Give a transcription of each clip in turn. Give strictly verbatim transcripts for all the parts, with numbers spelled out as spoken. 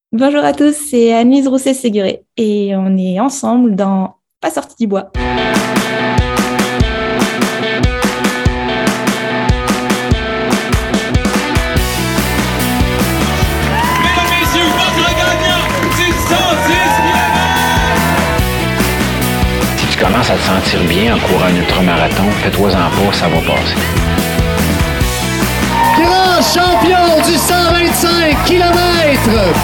Bonjour à tous, c'est Anne-Lise Rousset-Séguré et on est ensemble dans Pas sorti du bois. Mesdames, messieurs, votre gagnant, c'est cent dix kilomètres! Si tu commences à te sentir bien en courant un ultramarathon, fais-toi-en pas, ça va passer. Grand champion du cent vingt-cinq kilomètres!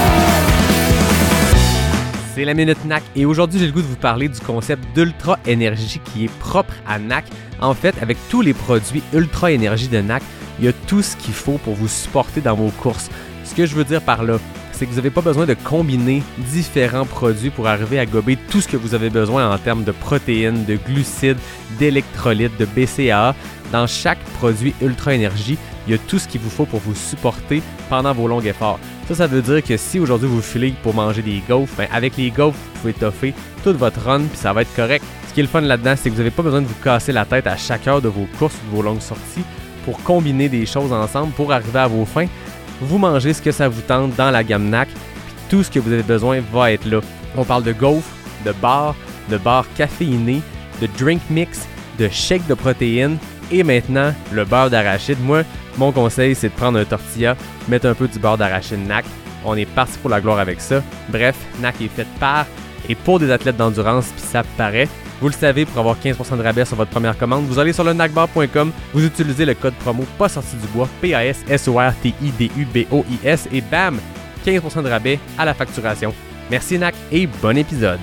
C'est la Minute N A C et aujourd'hui j'ai le goût de vous parler du concept d'Ultra Énergie qui est propre à N A C. En fait, avec tous les produits Ultra Énergie de N A C, il y a tout ce qu'il faut pour vous supporter dans vos courses. Ce que je veux dire par là, c'est que vous n'avez pas besoin de combiner différents produits pour arriver à gober tout ce que vous avez besoin en termes de protéines, de glucides, d'électrolytes, de B C A A. Dans chaque produit Ultra Énergie, il y a tout ce qu'il vous faut pour vous supporter pendant vos longs efforts. Ça, ça veut dire que si aujourd'hui vous filez pour manger des gaufres, ben avec les gaufres, vous pouvez toffer toute votre run puis ça va être correct. Ce qui est le fun là-dedans, c'est que vous n'avez pas besoin de vous casser la tête à chaque heure de vos courses ou de vos longues sorties pour combiner des choses ensemble pour arriver à vos fins. Vous mangez ce que ça vous tente dans la gamme N A C, puis tout ce que vous avez besoin va être là. On parle de gaufres, de bars, de bars caféinés, de drink mix, de shake de protéines et maintenant le beurre d'arachide. Moi, mon conseil, c'est de prendre un tortilla, mettre un peu du beurre d'arachide N A C. On est parti pour la gloire avec ça. Bref, N A C est faite par et pour des athlètes d'endurance, puis ça paraît. Vous le savez, pour avoir quinze pour cent de rabais sur votre première commande, vous allez sur le nacbar point com, vous utilisez le code promo pas sorti du bois, P A S S O R T I D U B O I S et bam, quinze pour cent de rabais à la facturation. Merci N A C et bon épisode.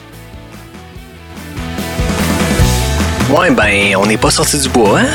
Ouais, ben, on n'est pas sorti du bois, hein?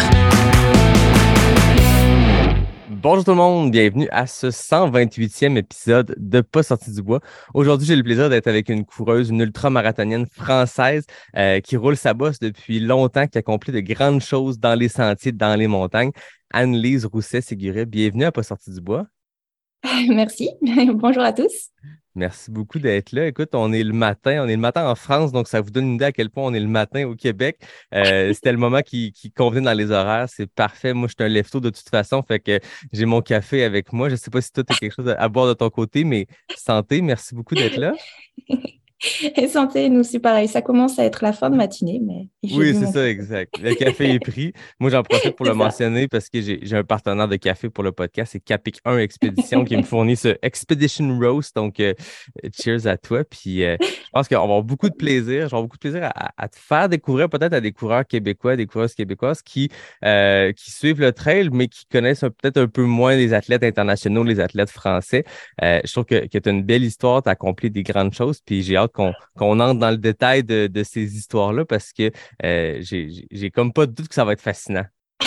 Bonjour tout le monde, bienvenue à ce cent vingt-huitième épisode de Pas sorti du bois. Aujourd'hui, j'ai le plaisir d'être avec une coureuse, une ultramarathonienne française euh, qui roule sa bosse depuis longtemps, qui accomplit de grandes choses dans les sentiers, dans les montagnes. Anne-Lise Rousset-Séguré, bienvenue à Pas sorti du bois. Merci, bonjour à tous. Merci beaucoup d'être là. Écoute, on est le matin, on est le matin en France, donc ça vous donne une idée à quel point on est le matin au Québec. Euh, c'était le moment qui, qui convenait dans les horaires, c'est parfait. Moi, je suis un lève-tôt de toute façon, fait que j'ai mon café avec moi. Je ne sais pas si toi, tu as quelque chose à, à boire de ton côté, mais santé, merci beaucoup d'être là. Et santé, nous c'est pareil, ça commence à être la fin de matinée, mais j'ai Oui, bu c'est mon ça, café. exact. Le café est pris. Moi, j'en profite pour C'est le ça. mentionner parce que j'ai j'ai un partenaire de café pour le podcast, c'est Capic un Expédition qui me fournit ce Expedition Roast. Donc, euh, cheers à toi. Puis, euh, je pense qu'on va avoir beaucoup de plaisir. Je vais avoir beaucoup de plaisir à, à te faire découvrir peut-être à des coureurs québécois, des coureuses québécoises qui, euh, qui suivent le trail, mais qui connaissent un- peut-être un peu moins les athlètes internationaux, les athlètes français. Euh, je trouve que, que tu as une belle histoire, tu as accompli des grandes choses. Puis, j'ai hâte qu'on qu'on entre dans le détail de, de ces histoires-là parce que euh, j'ai, j'ai j'ai comme pas de doute que ça va être fascinant.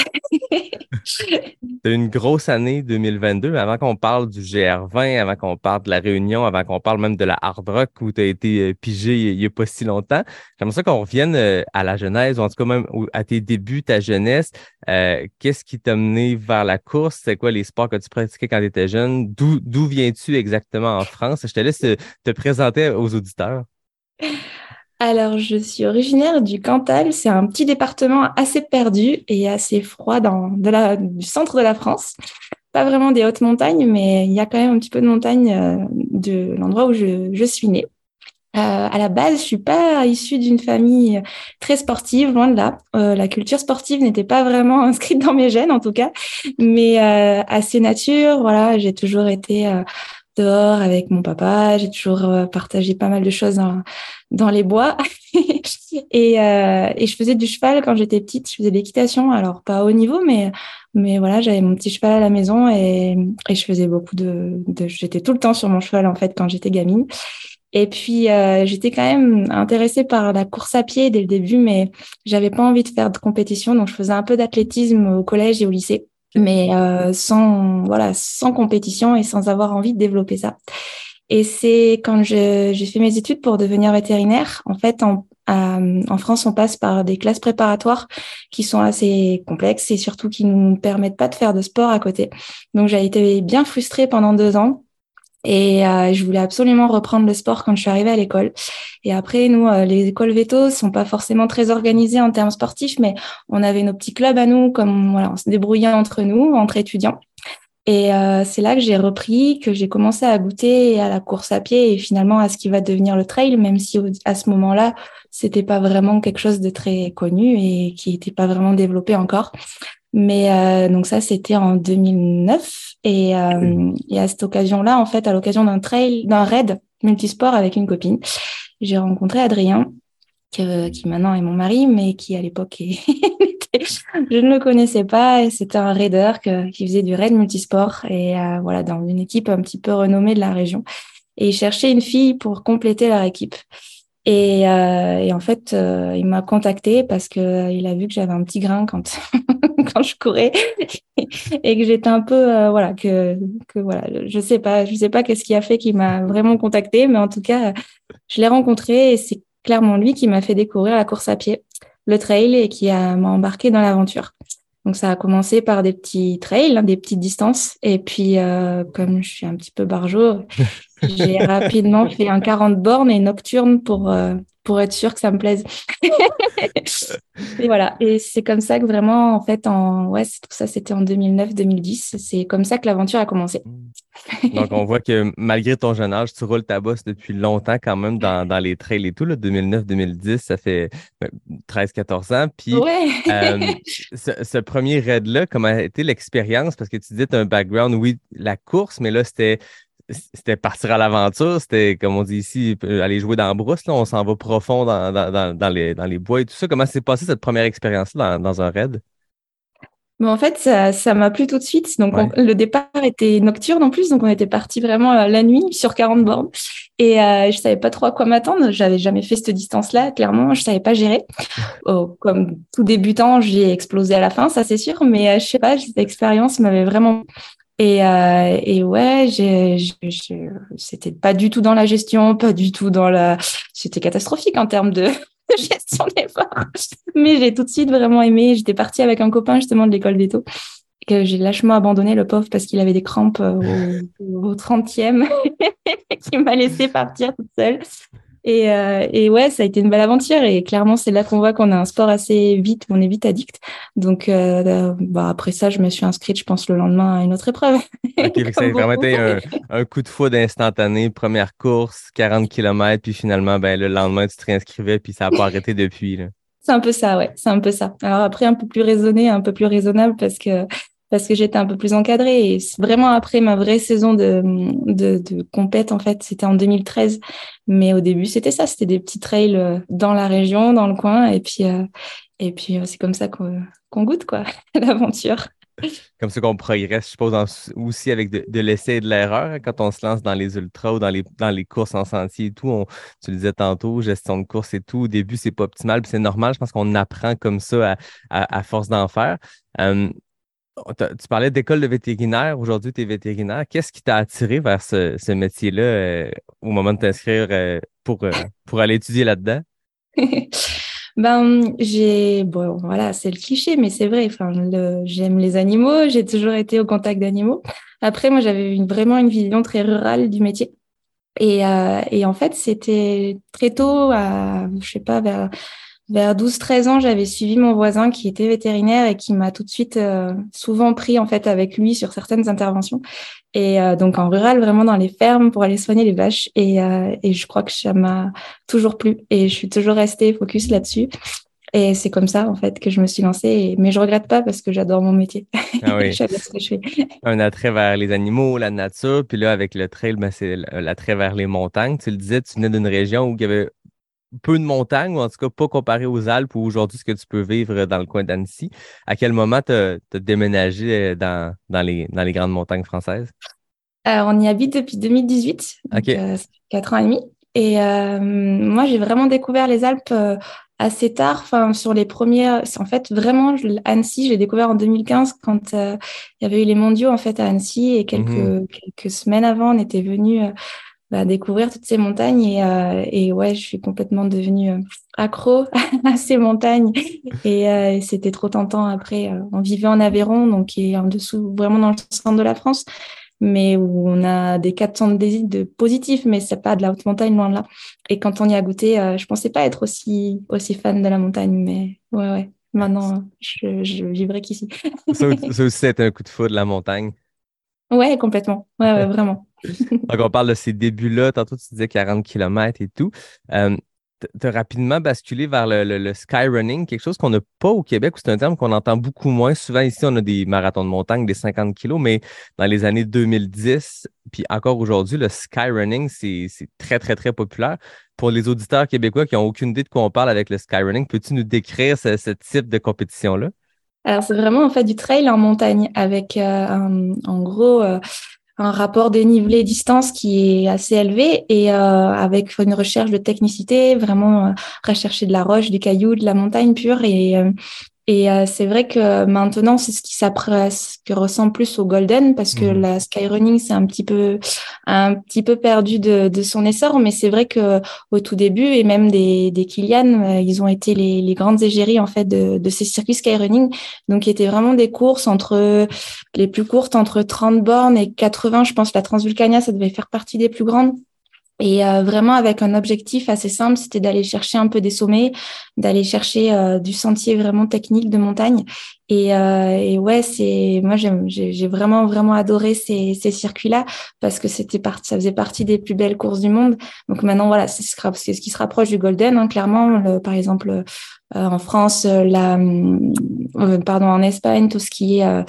C'est une grosse année deux mille vingt-deux, mais avant qu'on parle du G R vingt, avant qu'on parle de la Réunion, avant qu'on parle même de la Hard Rock où tu as été euh, pigé il n'y a pas si longtemps, j'aimerais ça qu'on revienne euh, à la genèse, ou en tout cas même au- à tes débuts, ta jeunesse. Euh, qu'est-ce qui t'a mené vers la course? C'est quoi les sports que tu pratiquais quand tu étais jeune? D'où, d'où viens-tu exactement en France? Je te laisse te, te présenter aux auditeurs. Alors, je suis originaire du Cantal, c'est un petit département assez perdu et assez froid dans, de la, du centre de la France. Pas vraiment des hautes montagnes, mais il y a quand même un petit peu de montagne euh, de l'endroit où je, je suis née. Euh, à la base, je suis pas issue d'une famille très sportive, loin de là. Euh, la culture sportive n'était pas vraiment inscrite dans mes gènes, en tout cas, mais euh, assez nature. Voilà, j'ai toujours été euh, dehors avec mon papa. J'ai toujours euh, partagé pas mal de choses dans, dans les bois. et, euh, et je faisais du cheval quand j'étais petite. Je faisais de l'équitation, alors pas à haut niveau, mais mais voilà, j'avais mon petit cheval à la maison et, et je faisais beaucoup de, de. J'étais tout le temps sur mon cheval en fait quand j'étais gamine. Et puis, euh, j'étais quand même intéressée par la course à pied dès le début, mais j'avais pas envie de faire de compétition, donc je faisais un peu d'athlétisme au collège et au lycée, mais euh, sans, voilà, sans compétition et sans avoir envie de développer ça. Et c'est quand je, j'ai fait mes études pour devenir vétérinaire. En fait, en, à- en France, on passe par des classes préparatoires qui sont assez complexes et surtout qui nous permettent pas de faire de sport à côté. Donc, j'ai été bien frustrée pendant deux ans. Et euh, je voulais absolument reprendre le sport quand je suis arrivée à l'école. Et après, nous, euh, les écoles vétos sont pas forcément très organisées en termes sportifs, mais on avait nos petits clubs à nous, comme voilà, on se débrouillait entre nous, entre étudiants. Et euh, c'est là que j'ai repris, que j'ai commencé à goûter à la course à pied et finalement à ce qui va devenir le trail, même si au- à ce moment-là, c'était pas vraiment quelque chose de très connu et qui n'était pas vraiment développé encore. Mais euh, donc ça, c'était en deux mille neuf. Et, euh, et à cette occasion-là, en fait, à l'occasion d'un trail, d'un raid multisport avec une copine, j'ai rencontré Adrien, que, qui maintenant est mon mari, mais qui à l'époque est- je ne le connaissais pas. Et c'était un raider que, qui faisait du raid multisport et euh, voilà, dans une équipe un petit peu renommée de la région. Et il cherchait une fille pour compléter leur équipe. Et, euh, et en fait, euh, il m'a contacté parce que euh, il a vu que j'avais un petit grain quand quand je courais et que j'étais un peu euh, voilà que que voilà, je sais pas, je sais pas qu'est-ce qui a fait qu'il m'a vraiment contacté, mais en tout cas, je l'ai rencontré et c'est clairement lui qui m'a fait découvrir la course à pied, le trail et qui a m'a embarqué dans l'aventure. Donc ça a commencé par des petits trails, hein, des petites distances et puis euh, comme je suis un petit peu barjot, j'ai rapidement fait un quarante bornes et nocturne pour, euh, pour être sûr que ça me plaise. Et voilà. Et c'est comme ça que vraiment, en fait, en, ouais, c'est- tout ça, c'était en deux mille neuf deux mille dix. C'est comme ça que l'aventure a commencé. Donc, on voit que malgré ton jeune âge, tu roules ta bosse depuis longtemps quand même dans, dans les trails et tout, là, deux mille neuf deux mille dix, ça fait ben, treize quatorze ans. Puis, Ouais. euh, ce, ce premier raid-là, comment a été l'expérience? Parce que tu disais, tu as un background, oui, la course, mais là, c'était c'était partir à l'aventure, c'était, comme on dit ici, euh, aller jouer dans la brousse, là, on s'en va profond dans, dans, dans, dans les, dans les bois et tout ça. Comment s'est passé cette première expérience-là dans, dans un raid? Mais en fait, ça, ça m'a plu tout de suite. Donc, on- Ouais. le départ était nocturne en plus. Donc, on était parti vraiment euh, la nuit sur quarante bornes. Et euh, je savais pas trop à quoi m'attendre. J'avais jamais fait cette distance-là. Clairement, je savais pas gérer. Oh, comme tout débutant, j'ai explosé à la fin, ça c'est sûr. Mais euh, je sais pas, cette expérience m'avait vraiment. Et, euh, et ouais, j'ai, j'ai, j'ai- c'était pas du tout dans la gestion, pas du tout dans la. C'était catastrophique en termes de, de gestion d'effort. Mais j'ai tout de suite vraiment aimé. J'étais partie avec un copain justement de l'école veto que j'ai lâchement abandonné le pauvre parce qu'il avait des crampes euh, au, au trentième qui m'a laissé partir toute seule. Et, euh, et ouais, ça a été une belle aventure et clairement c'est là qu'on voit qu'on a un sport assez vite, on est vite addict. Donc euh, bah après ça, je me suis inscrite, je pense le lendemain à une autre épreuve, OK, fait que ça comme a vraiment beaucoup. été un, un coup de foudre instantané, première course, quarante kilomètres, puis finalement, ben, le lendemain, tu te réinscrivais, puis ça n'a pas arrêté depuis, là. C'est un peu ça, ouais, c'est un peu ça. Alors après un peu plus raisonné, un peu plus raisonnable parce que parce que j'étais un peu plus encadrée et c'est vraiment après ma vraie saison de de, de compète en fait, c'était en deux mille treize. Mais au début, c'était ça, c'était des petits trails euh, dans la région, dans le coin et puis euh, et puis euh, c'est comme ça qu'on qu'on goûte quoi, l'aventure. Comme ça qu'on progresse, je suppose, en- aussi avec de, de l'essai et de l'erreur, hein, quand on se lance dans les ultras ou dans les, dans les courses en sentier et tout. On- tu le disais tantôt, gestion de course et tout. Au début, c'est pas optimal, puis c'est normal. Je pense qu'on apprend comme ça à, à, à force d'en faire. Euh, t'as- tu parlais d'école de vétérinaire. Aujourd'hui, tu es vétérinaire. Qu'est-ce qui t'a attiré vers ce, ce métier-là euh, au moment de t'inscrire euh, pour, euh, pour aller étudier là-dedans? Ben, j'ai, bon, voilà, c'est le cliché, mais c'est vrai. Enfin, le, j'aime les animaux, j'ai toujours été au contact d'animaux. Après, moi, j'avais une, vraiment une vision très rurale du métier. Et, euh, et en fait, c'était très tôt, à, je sais pas, vers, vers douze treize ans, j'avais suivi mon voisin qui était vétérinaire et qui m'a tout de suite euh, souvent pris en fait avec lui sur certaines interventions. Et euh, donc en rural, vraiment dans les fermes pour aller soigner les vaches. Et, euh, et je crois que ça m'a toujours plu et je suis toujours restée focus là-dessus. Et c'est comme ça en fait que je me suis lancée. Et... Mais je regrette pas parce que j'adore mon métier. Ah oui. J'adore ce que je fais. Un attrait vers les animaux, la nature, puis là, avec le trail, ben, c'est l- l'attrait vers les montagnes. Tu le disais, tu venais d'une région où il y avait peu de montagnes, ou en tout cas pas comparé aux Alpes ou aujourd'hui ce que tu peux vivre dans le coin d'Annecy. À quel moment tu as déménagé euh, dans, dans les, dans les grandes montagnes françaises? Euh, on y habite depuis deux mille dix-huit, donc OK. euh, ça fait quatre ans et demi. Et euh, moi, j'ai vraiment découvert les Alpes euh, assez tard. Enfin, sur les premières, c'est en fait vraiment je- Annecy, j'ai découvert en deux mille quinze quand euh, il y avait eu les mondiaux en fait à Annecy et Mhm. quelques quelques semaines avant, on était venu euh, bah, découvrir toutes ces montagnes et euh, et ouais, je suis complètement devenue euh, accro à ces montagnes et euh, et c'était trop tentant. Après, euh, on vivait en Aveyron, donc qui est en dessous, vraiment dans le centre de la France mais où on a des quatre cents de, de positifs, mais c'est pas de la haute montagne, loin de là. Et quand on y a goûté, euh, je pensais pas être aussi, aussi fan de la montagne, mais ouais, ouais. Maintenant, je, je vivrai qu'ici. Ça, ça aussi, c'était un coup de foudre, la montagne. Ouais, complètement. Ouais, ouais, vraiment. Donc, on parle de ces débuts-là. Tantôt, tu disais quarante kilomètres et tout. Euh, tu as rapidement basculé vers le, le, le skyrunning, quelque chose qu'on n'a pas au Québec, ou c'est un terme qu'on entend beaucoup moins. Souvent, ici, on a des marathons de montagne, des cinquante kilos, mais dans les années deux mille dix, puis encore aujourd'hui, le skyrunning, c'est, c'est très, très, très populaire. Pour les auditeurs québécois qui n'ont aucune idée de quoi on parle avec le skyrunning, peux-tu nous décrire ce, ce type de compétition-là? Alors, c'est vraiment en fait du trail en montagne avec euh, un- en gros euh, un rapport dénivelé-distance qui est assez élevé et euh, avec une recherche de technicité, vraiment euh, rechercher de la roche, du caillou, de la montagne pure et euh, et euh, c'est vrai que maintenant, c'est ce qui s'apprête, ce qui ressemble plus au golden parce que Mhm. la skyrunning, c'est un petit peu, un petit peu perdu de, de son essor. Mais c'est vrai que au tout début, et même des, des Kilian, euh, ils ont été les, les grandes égéries, en fait, de, de ces circuits skyrunning. Donc, qui étaient vraiment des courses entre, les plus courtes, entre trente bornes et quatre-vingts. Je pense que la Transvulcania, ça devait faire partie des plus grandes. Et euh, vraiment avec un objectif assez simple, c'était d'aller chercher un peu des sommets, d'aller chercher euh, du sentier vraiment technique de montagne. Et, euh, et ouais, c'est moi j'aime, j'ai, j'ai vraiment vraiment adoré ces, ces circuits-là parce que c'était parti, ça faisait partie des plus belles courses du monde. Donc maintenant voilà, c'est ce, c'est ce qui se rapproche du golden, hein, clairement. Le, par exemple, euh, en France, la, euh, pardon, en Espagne, tout ce qui est euh,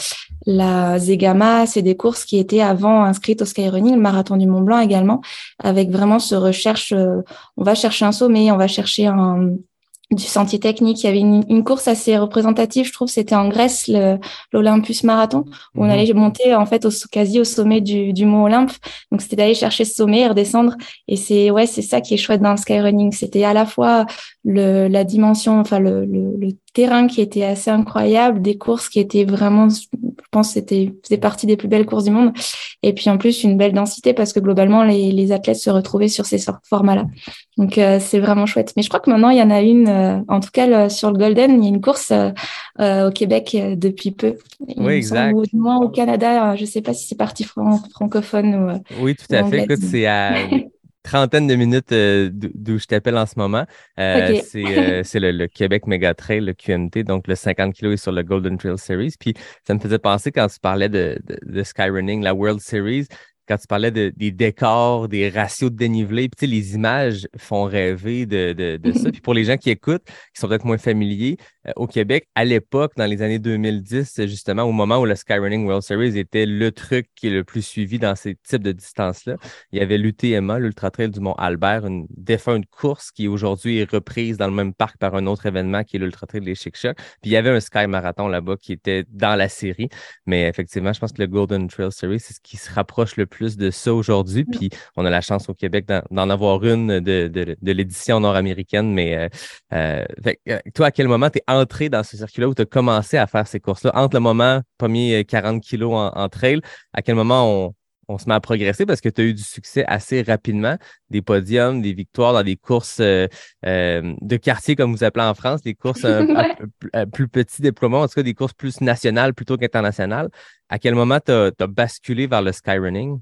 la Zegama, c'est des courses qui étaient avant inscrites au skyrunning, le marathon du Mont Blanc également avec vraiment ce recherche, euh, on va chercher un sommet, on va chercher un, du sentier technique. Il y avait une, une course assez représentative, je trouve, c'était en Grèce, le, l'Olympus Marathon, où on Mhm. allait monter en fait au, quasi au sommet du, du mont Olympe. Donc c'était d'aller chercher ce sommet et redescendre. Et c'est ouais, c'est ça qui est chouette dans le skyrunning. C'était à la fois le, la dimension, enfin le, le, le terrain qui était assez incroyable, des courses qui étaient vraiment, je pense, que c'était faisait partie des plus belles courses du monde. Et puis en plus une belle densité parce que globalement les, les athlètes se retrouvaient sur ces formats-là. Donc euh, c'est vraiment chouette. Mais je crois que maintenant il y en a une, euh, en tout cas le, sur le Golden, il y a une course euh, euh, au Québec euh, depuis peu. Il Oui, me semble, ou exact. du moins au Canada. Euh, je sais pas si c'est partie fran- francophone ou, euh, Oui, tout ou à fait. anglaise. Écoute, c'est à une trentaine de minutes euh, d'o- d'où je t'appelle en ce moment. Euh, Ok. c'est euh, c'est le, le Québec Mega Trail, le Q M T, donc le cinquante kilos est sur le Golden Trail Series. Puis ça me faisait penser quand tu parlais de, de, de Skyrunning, la World Series, quand tu parlais de, des décors, des ratios de dénivelé, puis tu sais, les images font rêver de, de, de ça. Puis pour les gens qui écoutent, qui sont peut-être moins familiers, euh, au Québec, à l'époque, dans les années deux mille dix, justement, au moment où le Skyrunning World Series était le truc qui est le plus suivi dans ces types de distances-là, il y avait l'U T M A, l'Ultra Trail du Mont-Albert, une défunte course qui aujourd'hui est reprise dans le même parc par un autre événement qui est l'Ultra Trail des Chic-Chocs. Puis il y avait un Sky Marathon là-bas qui était dans la série. Mais effectivement, je pense que le Golden Trail Series, c'est ce qui se rapproche le plus de ça aujourd'hui. Puis on a la chance au Québec d'en, d'en avoir une de, de, de l'édition nord-américaine. Mais euh, euh, fait, euh, toi, à quel moment tu es entré dans ce circuit-là où tu as commencé à faire ces courses-là? Entre le moment, premier quarante kilos en, en trail, à quel moment on, on se met à progresser parce que tu as eu du succès assez rapidement, des podiums, des victoires dans des courses euh, euh, de quartier, comme vous appelez en France, des courses euh, à, Ouais. à- à plus petit déploiement, en tout cas des courses plus nationales plutôt qu'internationales. À quel moment tu as basculé vers le skyrunning?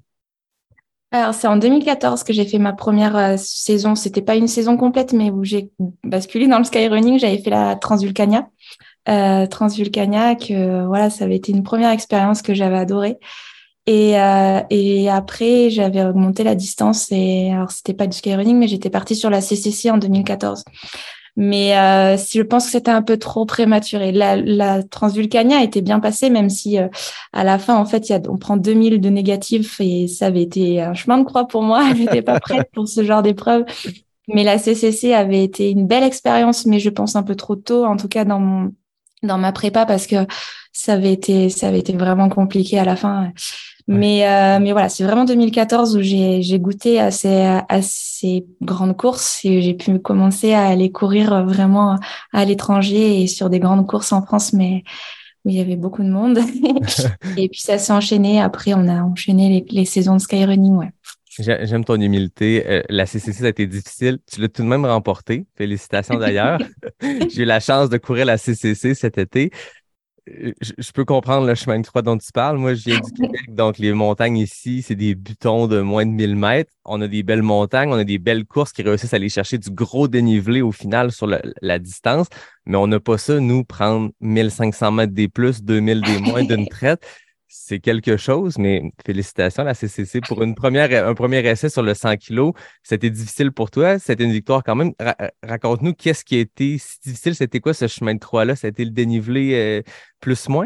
Alors, c'est en deux mille quatorze que j'ai fait ma première euh, saison. C'était pas une saison complète, mais où j'ai basculé dans le skyrunning. J'avais fait la Transvulcania. Euh, Transvulcania, que voilà, ça avait été une première expérience que j'avais adorée. Et, euh, et après, j'avais augmenté la distance. Et alors, c'était pas du skyrunning, mais j'étais partie sur la C C C en deux mille quatorze. Mais euh, si je pense que c'était un peu trop prématuré. La, la Transvulcania était bien passée, même si euh, à la fin, en fait, il y a, on prend deux mille de négatifs et ça avait été un chemin de croix pour moi. Je n'étais pas prête pour ce genre d'épreuve. Mais la C C C avait été une belle expérience, mais je pense un peu trop tôt, en tout cas dans mon dans ma prépa, parce que ça avait été ça avait été vraiment compliqué à la fin. Ouais. Mais euh, mais voilà, c'est vraiment deux mille quatorze où j'ai j'ai goûté à ces à ces grandes courses et j'ai pu commencer à aller courir vraiment à l'étranger et sur des grandes courses en France, mais où il y avait beaucoup de monde. Et puis ça s'est enchaîné. Après, on a enchaîné les, les saisons de skyrunning, ouais. J'ai- J'aime ton humilité. Euh, la C C C, ça a été difficile. Tu l'as tout de même remporté. Félicitations d'ailleurs. J'ai eu la chance de courir la C C C cet été. Euh, Je, je peux comprendre le chemin de croix dont tu parles. Moi, je viens du Québec, donc les montagnes ici, c'est des butons de moins de mille mètres. On a des belles montagnes, on a des belles courses qui réussissent à aller chercher du gros dénivelé au final sur le- la distance, mais on n'a pas ça, nous, prendre mille cinq cents mètres des plus, deux mille des moins d'une traite. c'est quelque chose, mais félicitations à la C C C pour une première, un premier essai sur le cent kilos. C'était difficile pour toi, c'était une victoire quand même. Ra- raconte-nous qu'est-ce qui a été si difficile, c'était quoi ce chemin de croix-là? Ça a été le dénivelé euh, plus-moins?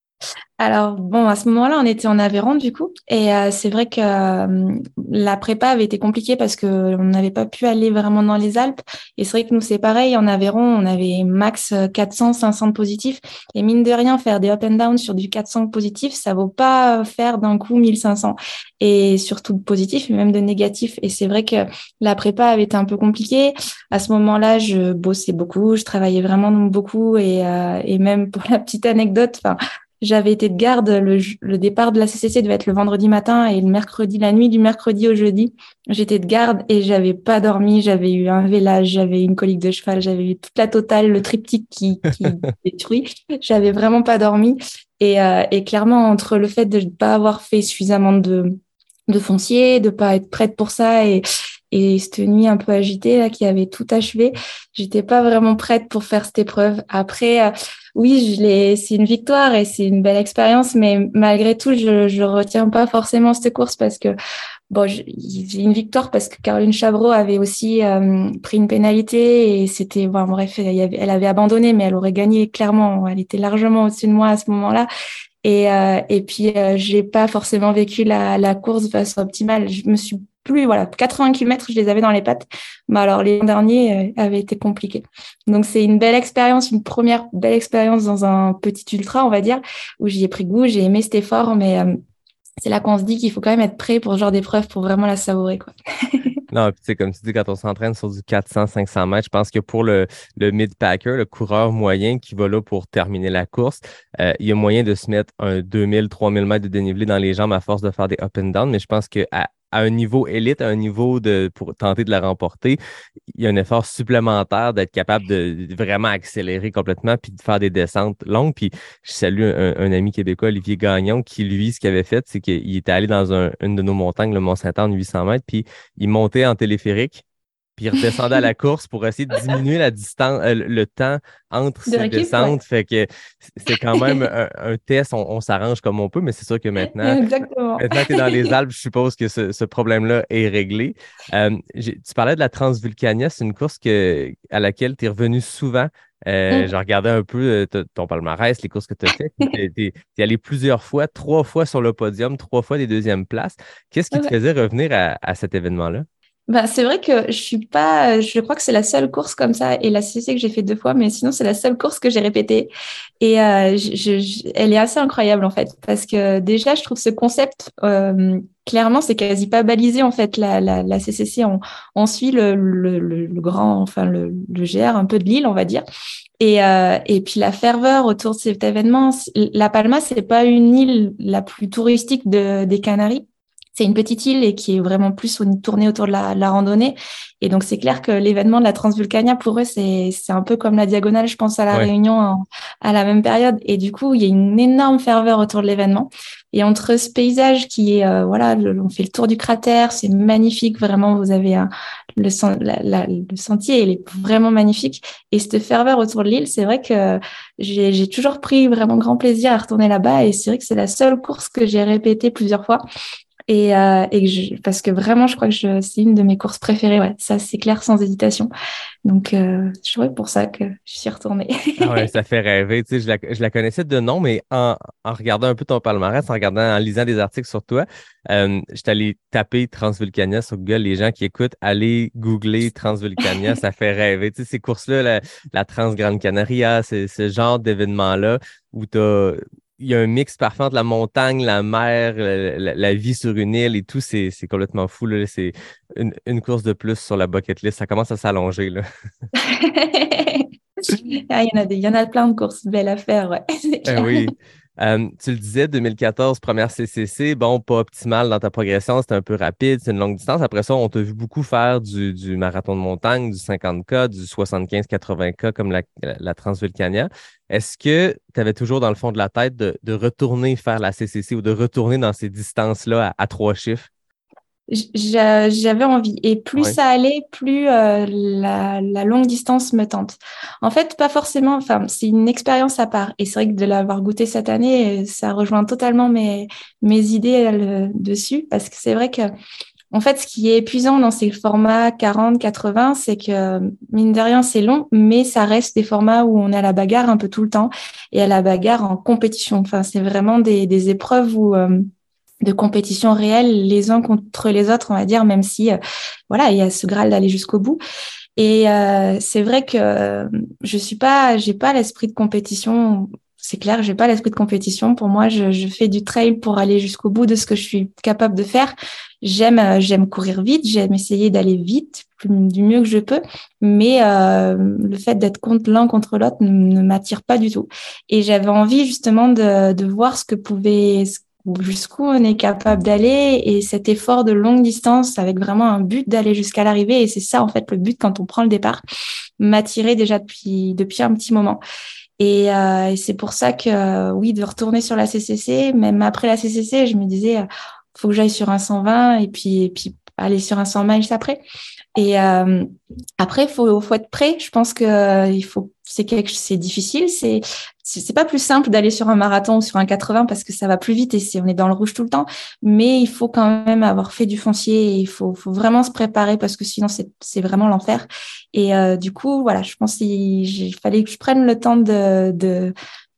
Alors, bon, à ce moment-là, on était en Aveyron, du coup. Et euh, c'est vrai que euh, la prépa avait été compliquée parce qu'on n'avait pas pu aller vraiment dans les Alpes. Et c'est vrai que nous, c'est pareil. En Aveyron, on avait max quatre cents, cinq cents de positifs. Et mine de rien, faire des up and down sur du quatre cents positifs, ça vaut pas faire d'un coup mille cinq cents. Et surtout de positifs, mais même de négatifs. Et c'est vrai que la prépa avait été un peu compliquée. À ce moment-là, je bossais beaucoup, je travaillais vraiment beaucoup. Et, euh, et même pour la petite anecdote, enfin, j'avais été de garde, le, le départ de la C C C devait être le vendredi matin et le mercredi, la nuit du mercredi au jeudi, j'étais de garde et j'avais pas dormi, j'avais eu un vélage, j'avais eu une colique de cheval, j'avais eu toute la totale, le triptyque qui, qui détruit, j'avais vraiment pas dormi et, euh, et clairement entre le fait de ne pas avoir fait suffisamment de, de foncier, de pas être prête pour ça et et cette nuit un peu agitée là qui avait tout achevé, j'étais pas vraiment prête pour faire cette épreuve. Après, euh, oui, je l'ai, c'est une victoire et c'est une belle expérience, mais malgré tout, je je retiens pas forcément cette course parce que bon, je- j'ai une victoire parce que Caroline Chavreau avait aussi euh, pris une pénalité et c'était bon, bref, elle, y avait- elle avait abandonné, mais elle aurait gagné clairement. Elle était largement au-dessus de moi à ce moment-là. Et, euh, et puis, euh, j'ai pas forcément vécu la, la course de façon optimale. Je me suis plus, voilà, quatre-vingts kilomètres, je les avais dans les pattes. Mais alors, les derniers euh, avaient été compliqués. Donc, c'est une belle expérience, une première belle expérience dans un petit ultra, on va dire, où j'y ai pris goût, j'ai aimé cet effort, mais euh, c'est là qu'on se dit qu'il faut quand même être prêt pour ce genre d'épreuve pour vraiment la savourer, quoi. Non, puis tu sais, comme tu dis, quand on s'entraîne sur du quatre cents, cinq cents mètres, je pense que pour le, le mid-packer, le coureur moyen qui va là pour terminer la course, euh, il y a moyen de se mettre un deux mille, trois mille mètres de dénivelé dans les jambes à force de faire des up and down, mais je pense qu'à à à un niveau élite, à un niveau de pour tenter de la remporter, il y a un effort supplémentaire d'être capable de, de vraiment accélérer complètement puis de faire des descentes longues. Puis je salue un, un ami québécois, Olivier Gagnon, qui lui, ce qu'il avait fait, c'est qu'il était allé dans un, une de nos montagnes, le Mont-Saint-Anne, huit cents mètres, puis il montait en téléphérique, puis il redescendait à la course pour essayer de diminuer la distance, euh, le temps entre De ces récup, ouais. descentes. Fait que c'est quand même un, un test, on, on s'arrange comme on peut, mais c'est sûr que maintenant, Exactement. maintenant que tu es dans les Alpes, je suppose que ce, ce problème-là est réglé. Euh, j'ai- tu parlais de la Transvulcania, c'est une course que, à laquelle tu es revenu souvent. Euh, j'ai regardé un peu euh, t- ton palmarès, les courses que tu as faites. Tu es allé plusieurs fois, trois fois sur le podium, trois fois des deuxièmes places. Qu'est-ce qui te Ouais. faisait revenir à, à cet événement-là? Ben, c'est vrai que je suis pas, je crois que c'est la seule course comme ça et la C C C que j'ai fait deux fois, mais sinon c'est la seule course que j'ai répétée et euh, je, je- je- elle est assez incroyable en fait parce que déjà je trouve ce concept euh, clairement c'est quasi pas balisé en fait la, la, la C C C on, on suit le, le, le, le grand enfin le, le G R un peu de l'île on va dire et euh, et puis la ferveur autour de cet événement. La Palma c'est pas une île la plus touristique de, des Canaries. C'est une petite île et qui est vraiment plus au- tournée autour de la, la randonnée. Et donc, c'est clair que l'événement de la Transvulcania, pour eux, c'est, c'est un peu comme la Diagonale, je pense, à La Ouais. Réunion en- à la même période. Et du coup, il y a une énorme ferveur autour de l'événement. Et entre ce paysage qui est, euh, voilà, le- on fait le tour du cratère, c'est magnifique, vraiment, vous avez un, le, sen- la- la- le sentier, il est vraiment magnifique. Et cette ferveur autour de l'île, c'est vrai que j'ai, j'ai toujours pris vraiment grand plaisir à retourner là-bas. Et c'est vrai que c'est la seule course que j'ai répétée plusieurs fois. Et, euh, et que je, parce que vraiment, je crois que je, c'est une de mes courses préférées. Ouais, ça, c'est clair, sans hésitation. Donc, euh, je crois pour ça que je suis retournée. Ah ouais, ça fait rêver. Tu sais, je la, je la connaissais de nom, mais en, en regardant un peu ton palmarès, en regardant, en lisant des articles sur toi, euh, je suis allé taper Transvulcania sur Google. Les gens qui écoutent, allez googler Transvulcania, ça fait rêver. Tu sais, ces courses-là, la, la Trans Grande Canaria, c'est ce genre d'événement-là où t'as, il y a un mix parfait entre la montagne, la mer, la, la- la vie sur une île et tout. C'est, c'est complètement fou, là. C'est une, une course de plus sur la bucket list. Ça commence à s'allonger, là. Ah, il y en a des, il y en a plein de courses belles à faire, ouais, c'est Eh clair. oui. Euh, tu le disais, deux mille quatorze, première C C C, bon, pas optimal dans ta progression, c'était un peu rapide, c'est une longue distance. Après ça, on t'a vu beaucoup faire du, du marathon de montagne, du cinquante K, du soixante-quinze quatre-vingts K comme la, la, la Transvulcania. Est-ce que tu avais toujours dans le fond de la tête de, de retourner faire la C C C ou de retourner dans ces distances-là à, à trois chiffres? J'a- J'avais envie. Et plus Ouais. ça allait, plus euh, la, la longue distance me tente. En fait, pas forcément, enfin, c'est une expérience à part. Et c'est vrai que de l'avoir goûté cette année, euh, ça rejoint totalement mes, mes idées euh, dessus. Parce que c'est vrai que, en fait, ce qui est épuisant dans ces formats quarante, quatre-vingts, c'est que, mine de rien, c'est long, mais ça reste des formats où on est à la bagarre un peu tout le temps et à la bagarre en compétition. Enfin, c'est vraiment des, des épreuves où, euh, de compétition réelle les uns contre les autres, on va dire, même si, euh, voilà, il y a ce Graal d'aller jusqu'au bout. Et euh, c'est vrai que euh, je suis pas, j'ai pas l'esprit de compétition. C'est clair, j'ai pas l'esprit de compétition. Pour moi, je, je fais du trail pour aller jusqu'au bout de ce que je suis capable de faire. J'aime, euh, j'aime courir vite, j'aime essayer d'aller vite plus- du mieux que je peux, mais euh, le fait d'être contre l'un contre l'autre ne, ne m'attire pas du tout. Et j'avais envie justement de, de voir ce que pouvait, ce- jusqu'où on est capable d'aller et cet effort de longue distance avec vraiment un but d'aller jusqu'à l'arrivée. Et c'est ça, en fait, le but quand on prend le départ, m'attirait déjà depuis, depuis un petit moment. Et, euh, et c'est pour ça que, euh, oui, de retourner sur la C C C, même après la C C C, je me disais, euh, faut que j'aille sur un cent vingt et puis, et puis aller sur un cent miles après. Et euh, après, faut, faut être prêt. Je pense que euh, il faut, c'est quelque, c'est difficile. C'est, c'est c'est pas plus simple d'aller sur un marathon ou sur un quatre-vingts parce que ça va plus vite et c'est, on est dans le rouge tout le temps. Mais il faut quand même avoir fait du foncier et il faut, faut vraiment se préparer parce que sinon c'est, c'est vraiment l'enfer. Et euh, du coup, voilà, je pense qu'il il fallait que je prenne le temps de, de,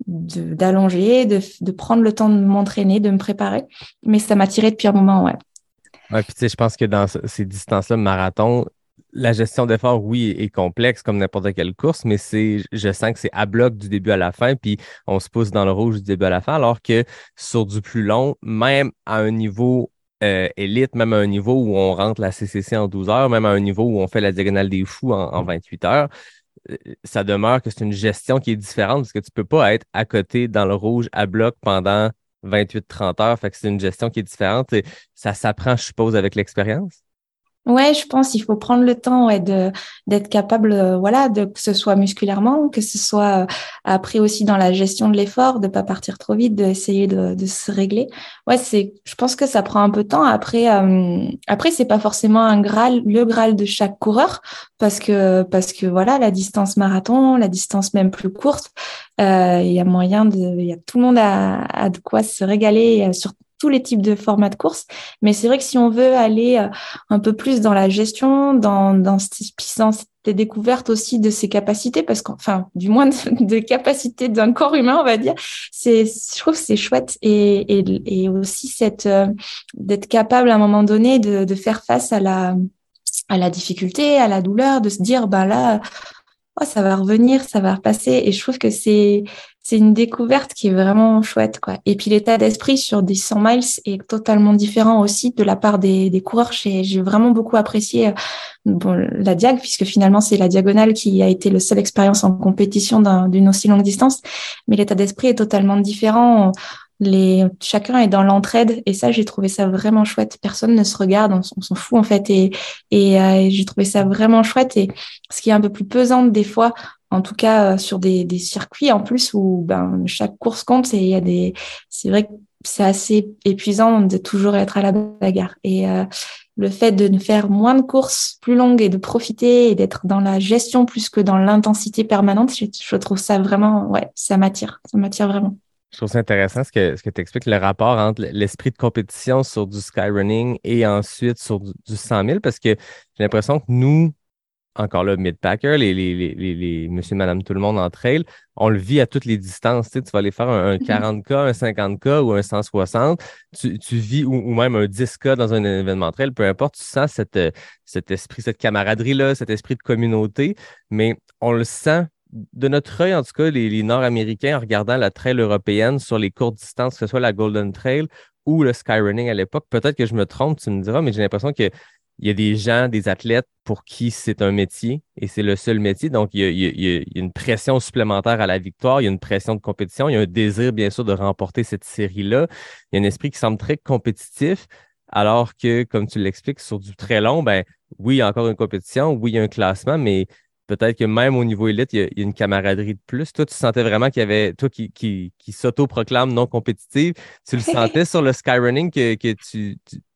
de d'allonger, de, de prendre le temps de m'entraîner, de me préparer. Mais ça m'a tiré depuis un moment, ouais. Ouais, puis tu sais, je pense que dans ce- ces distances-là, marathon, la gestion d'effort, oui, est complexe comme n'importe quelle course, mais c'est, je sens que c'est à bloc du début à la fin, puis on se pousse dans le rouge du début à la fin, alors que sur du plus long, même à un niveau euh, élite, même à un niveau où on rentre la C C C en douze heures, même à un niveau où on fait la diagonale des fous en, en vingt-huit heures, euh, ça demeure que c'est une gestion qui est différente parce que tu peux pas être à côté dans le rouge à bloc pendant vingt-huit trente heures. Fait que c'est une gestion qui est différente et ça s'apprend, je suppose, avec l'expérience. Ouais, je pense qu'il faut prendre le temps, ouais, de d'être capable, euh, voilà, de que ce soit musculairement, que ce soit euh, après aussi dans la gestion de l'effort, de pas partir trop vite, d'essayer de, de se régler. Ouais, c'est, je pense que ça prend un peu de temps. Après, euh, après, c'est pas forcément un Graal, le Graal de chaque coureur, parce que parce que voilà, la distance marathon, la distance même plus courte, euh, il y a moyen de, il y a tout le monde a, a de quoi se régaler euh, sur tous les types de formats de course. Mais c'est vrai que si on veut aller euh, un peu plus dans la gestion, dans, dans, dans cette découverte aussi de ses capacités, parce qu'enfin, du moins de, de capacités d'un corps humain, on va dire, c'est, je trouve que c'est chouette et, et, et aussi cette, euh, d'être capable à un moment donné de, de faire face à la, à la difficulté, à la douleur, de se dire, ben là, oh, ça va revenir, ça va repasser. Et je trouve que c'est, c'est une découverte qui est vraiment chouette, quoi. Et puis l'état d'esprit sur des cent miles est totalement différent aussi de la part des, des coureurs. J'ai, j'ai vraiment beaucoup apprécié euh, bon, la diag, puisque finalement c'est la diagonale qui a été le seule expérience en compétition d'un, d'une aussi longue distance. Mais l'état d'esprit est totalement différent. Les, chacun est dans l'entraide et ça, j'ai trouvé ça vraiment chouette. Personne ne se regarde, on, on s'en fout en fait. Et, et euh, j'ai trouvé ça vraiment chouette. Et ce qui est un peu plus pesant des fois, en tout cas euh, sur des, des circuits en plus où ben, chaque course compte et il y a des, c'est vrai que c'est assez épuisant de toujours être à la bagarre. Et euh, le fait de faire moins de courses plus longues et de profiter et d'être dans la gestion plus que dans l'intensité permanente, je, je trouve ça vraiment, ouais, ça m'attire, ça m'attire vraiment. Je trouve ça intéressant ce que, ce que tu expliques, le rapport entre l'esprit de compétition sur du skyrunning et ensuite sur du, du cent mille, parce que j'ai l'impression que nous, encore là, mid-packer, les, les, les, les, les monsieur, madame, tout le monde en trail, on le vit à toutes les distances. Tu sais, tu vas aller faire un, un quarante K, un cinquante K ou un cent soixante, tu, tu vis, ou, ou même un dix K dans un événement trail, peu importe, tu sens cette, cet esprit, cette camaraderie-là, cet esprit de communauté, mais on le sent de notre œil, en tout cas, les, les Nord-Américains, en regardant la trail européenne sur les courtes distances, que ce soit la Golden Trail ou le skyrunning à l'époque, peut-être que je me trompe, tu me diras, mais j'ai l'impression que il y a des gens, des athlètes pour qui c'est un métier et c'est le seul métier. Donc, il y a, il y a- il y a une pression supplémentaire à la victoire, il y a une pression de compétition, il y a un désir, bien sûr, de remporter cette série-là. Il y a un esprit qui semble très compétitif, alors que, comme tu l'expliques, sur du très long, ben oui, il y a encore une compétition, oui, il y a un classement, mais peut-être que même au niveau élite, il y a, il y a une camaraderie de plus. Toi, tu sentais vraiment qu'il y avait, toi qui, qui, qui s'auto-proclame non compétitive, tu le sentais sur le skyrunning que, que tu, tu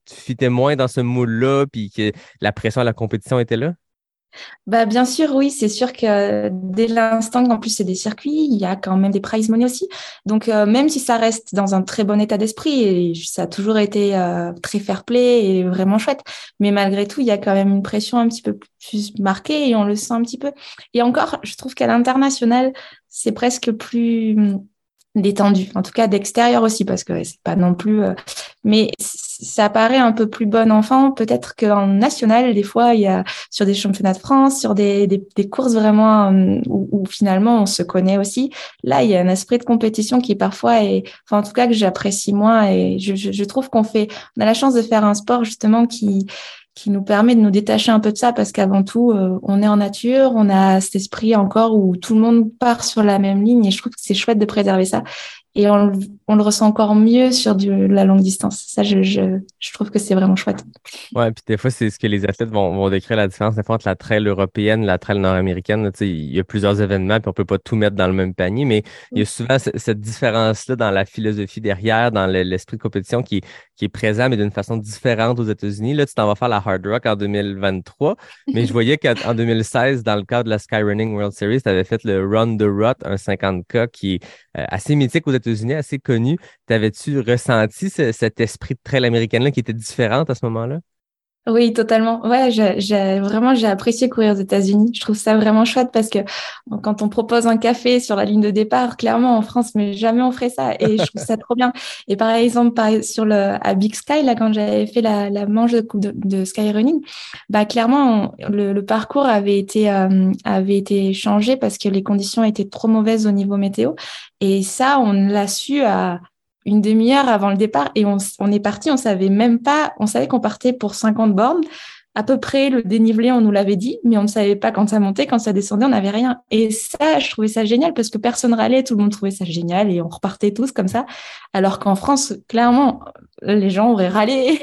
tu fitais moins dans ce moule-là, puis que la pression à la compétition était là? Bah, bien sûr, oui, c'est sûr que dès l'instant qu'en plus c'est des circuits, il y a quand même des prize money aussi. Donc, euh, même si ça reste dans un très bon état d'esprit, et ça a toujours été euh, très fair-play et vraiment chouette, mais malgré tout, il y a quand même une pression un petit peu plus marquée et on le sent un petit peu. Et encore, je trouve qu'à l'international, c'est presque plus détendu, en tout cas d'extérieur aussi, parce que c'est pas non plus... euh, mais ça paraît un peu plus bon enfant, peut-être qu'en national, des fois, il y a sur des championnats de France, sur des, des, des courses vraiment euh, où, où finalement on se connaît aussi. Là, il y a un esprit de compétition qui parfois est... Enfin, en tout cas, que j'apprécie moins et je, je, je trouve qu'on fait... On a la chance de faire un sport justement qui... qui nous permet de nous détacher un peu de ça parce qu'avant tout, euh, on est en nature, on a cet esprit encore où tout le monde part sur la même ligne et je trouve que c'est chouette de préserver ça. Et on, on le ressent encore mieux sur du, la longue distance. Ça, je, je, je trouve que c'est vraiment chouette. Ouais, puis des fois, c'est ce que les athlètes vont, vont décrire la différence des fois, entre la trail européenne et la trail nord-américaine. Là, tu sais, il y a plusieurs événements, puis on peut pas tout mettre dans le même panier, mais il y a souvent ce- cette différence-là dans la philosophie derrière, dans le- l'esprit de compétition qui, qui est présent, mais d'une façon différente aux États-Unis. Là, tu t'en vas faire la Hard Rock en deux mille vingt-trois, mais je voyais qu'en deux mille seize, dans le cadre de la Skyrunning World Series, tu avais fait le Run the Rut, un cinquante K qui est euh, assez mythique aux États-Unis, assez connu. T'avais-tu ressenti ce- cet esprit de trail américaine-là qui était différent à ce moment-là? Oui, totalement. Ouais, j'ai, j'ai vraiment j'ai apprécié courir aux États-Unis. Je trouve ça vraiment chouette parce que quand on propose un café sur la ligne de départ, clairement en France, mais jamais on ferait ça. Et je trouve ça trop bien. Et par exemple, par, sur le à Big Sky, là, quand j'avais fait la, la manche de coupe de, de skyrunning, bah clairement on- le, le parcours avait été euh, avait été changé parce que les conditions étaient trop mauvaises au niveau météo. Et ça, on l'a su à une demi-heure avant le départ et on, on est parti, on savait même pas, on savait qu'on partait pour cinquante bornes, à peu près le dénivelé, on nous l'avait dit, mais on ne savait pas quand ça montait, quand ça descendait, on n'avait rien. Et ça, je trouvais ça génial parce que personne râlait, tout le monde trouvait ça génial et on repartait tous comme ça. Alors qu'en France, clairement, les gens auraient râlé.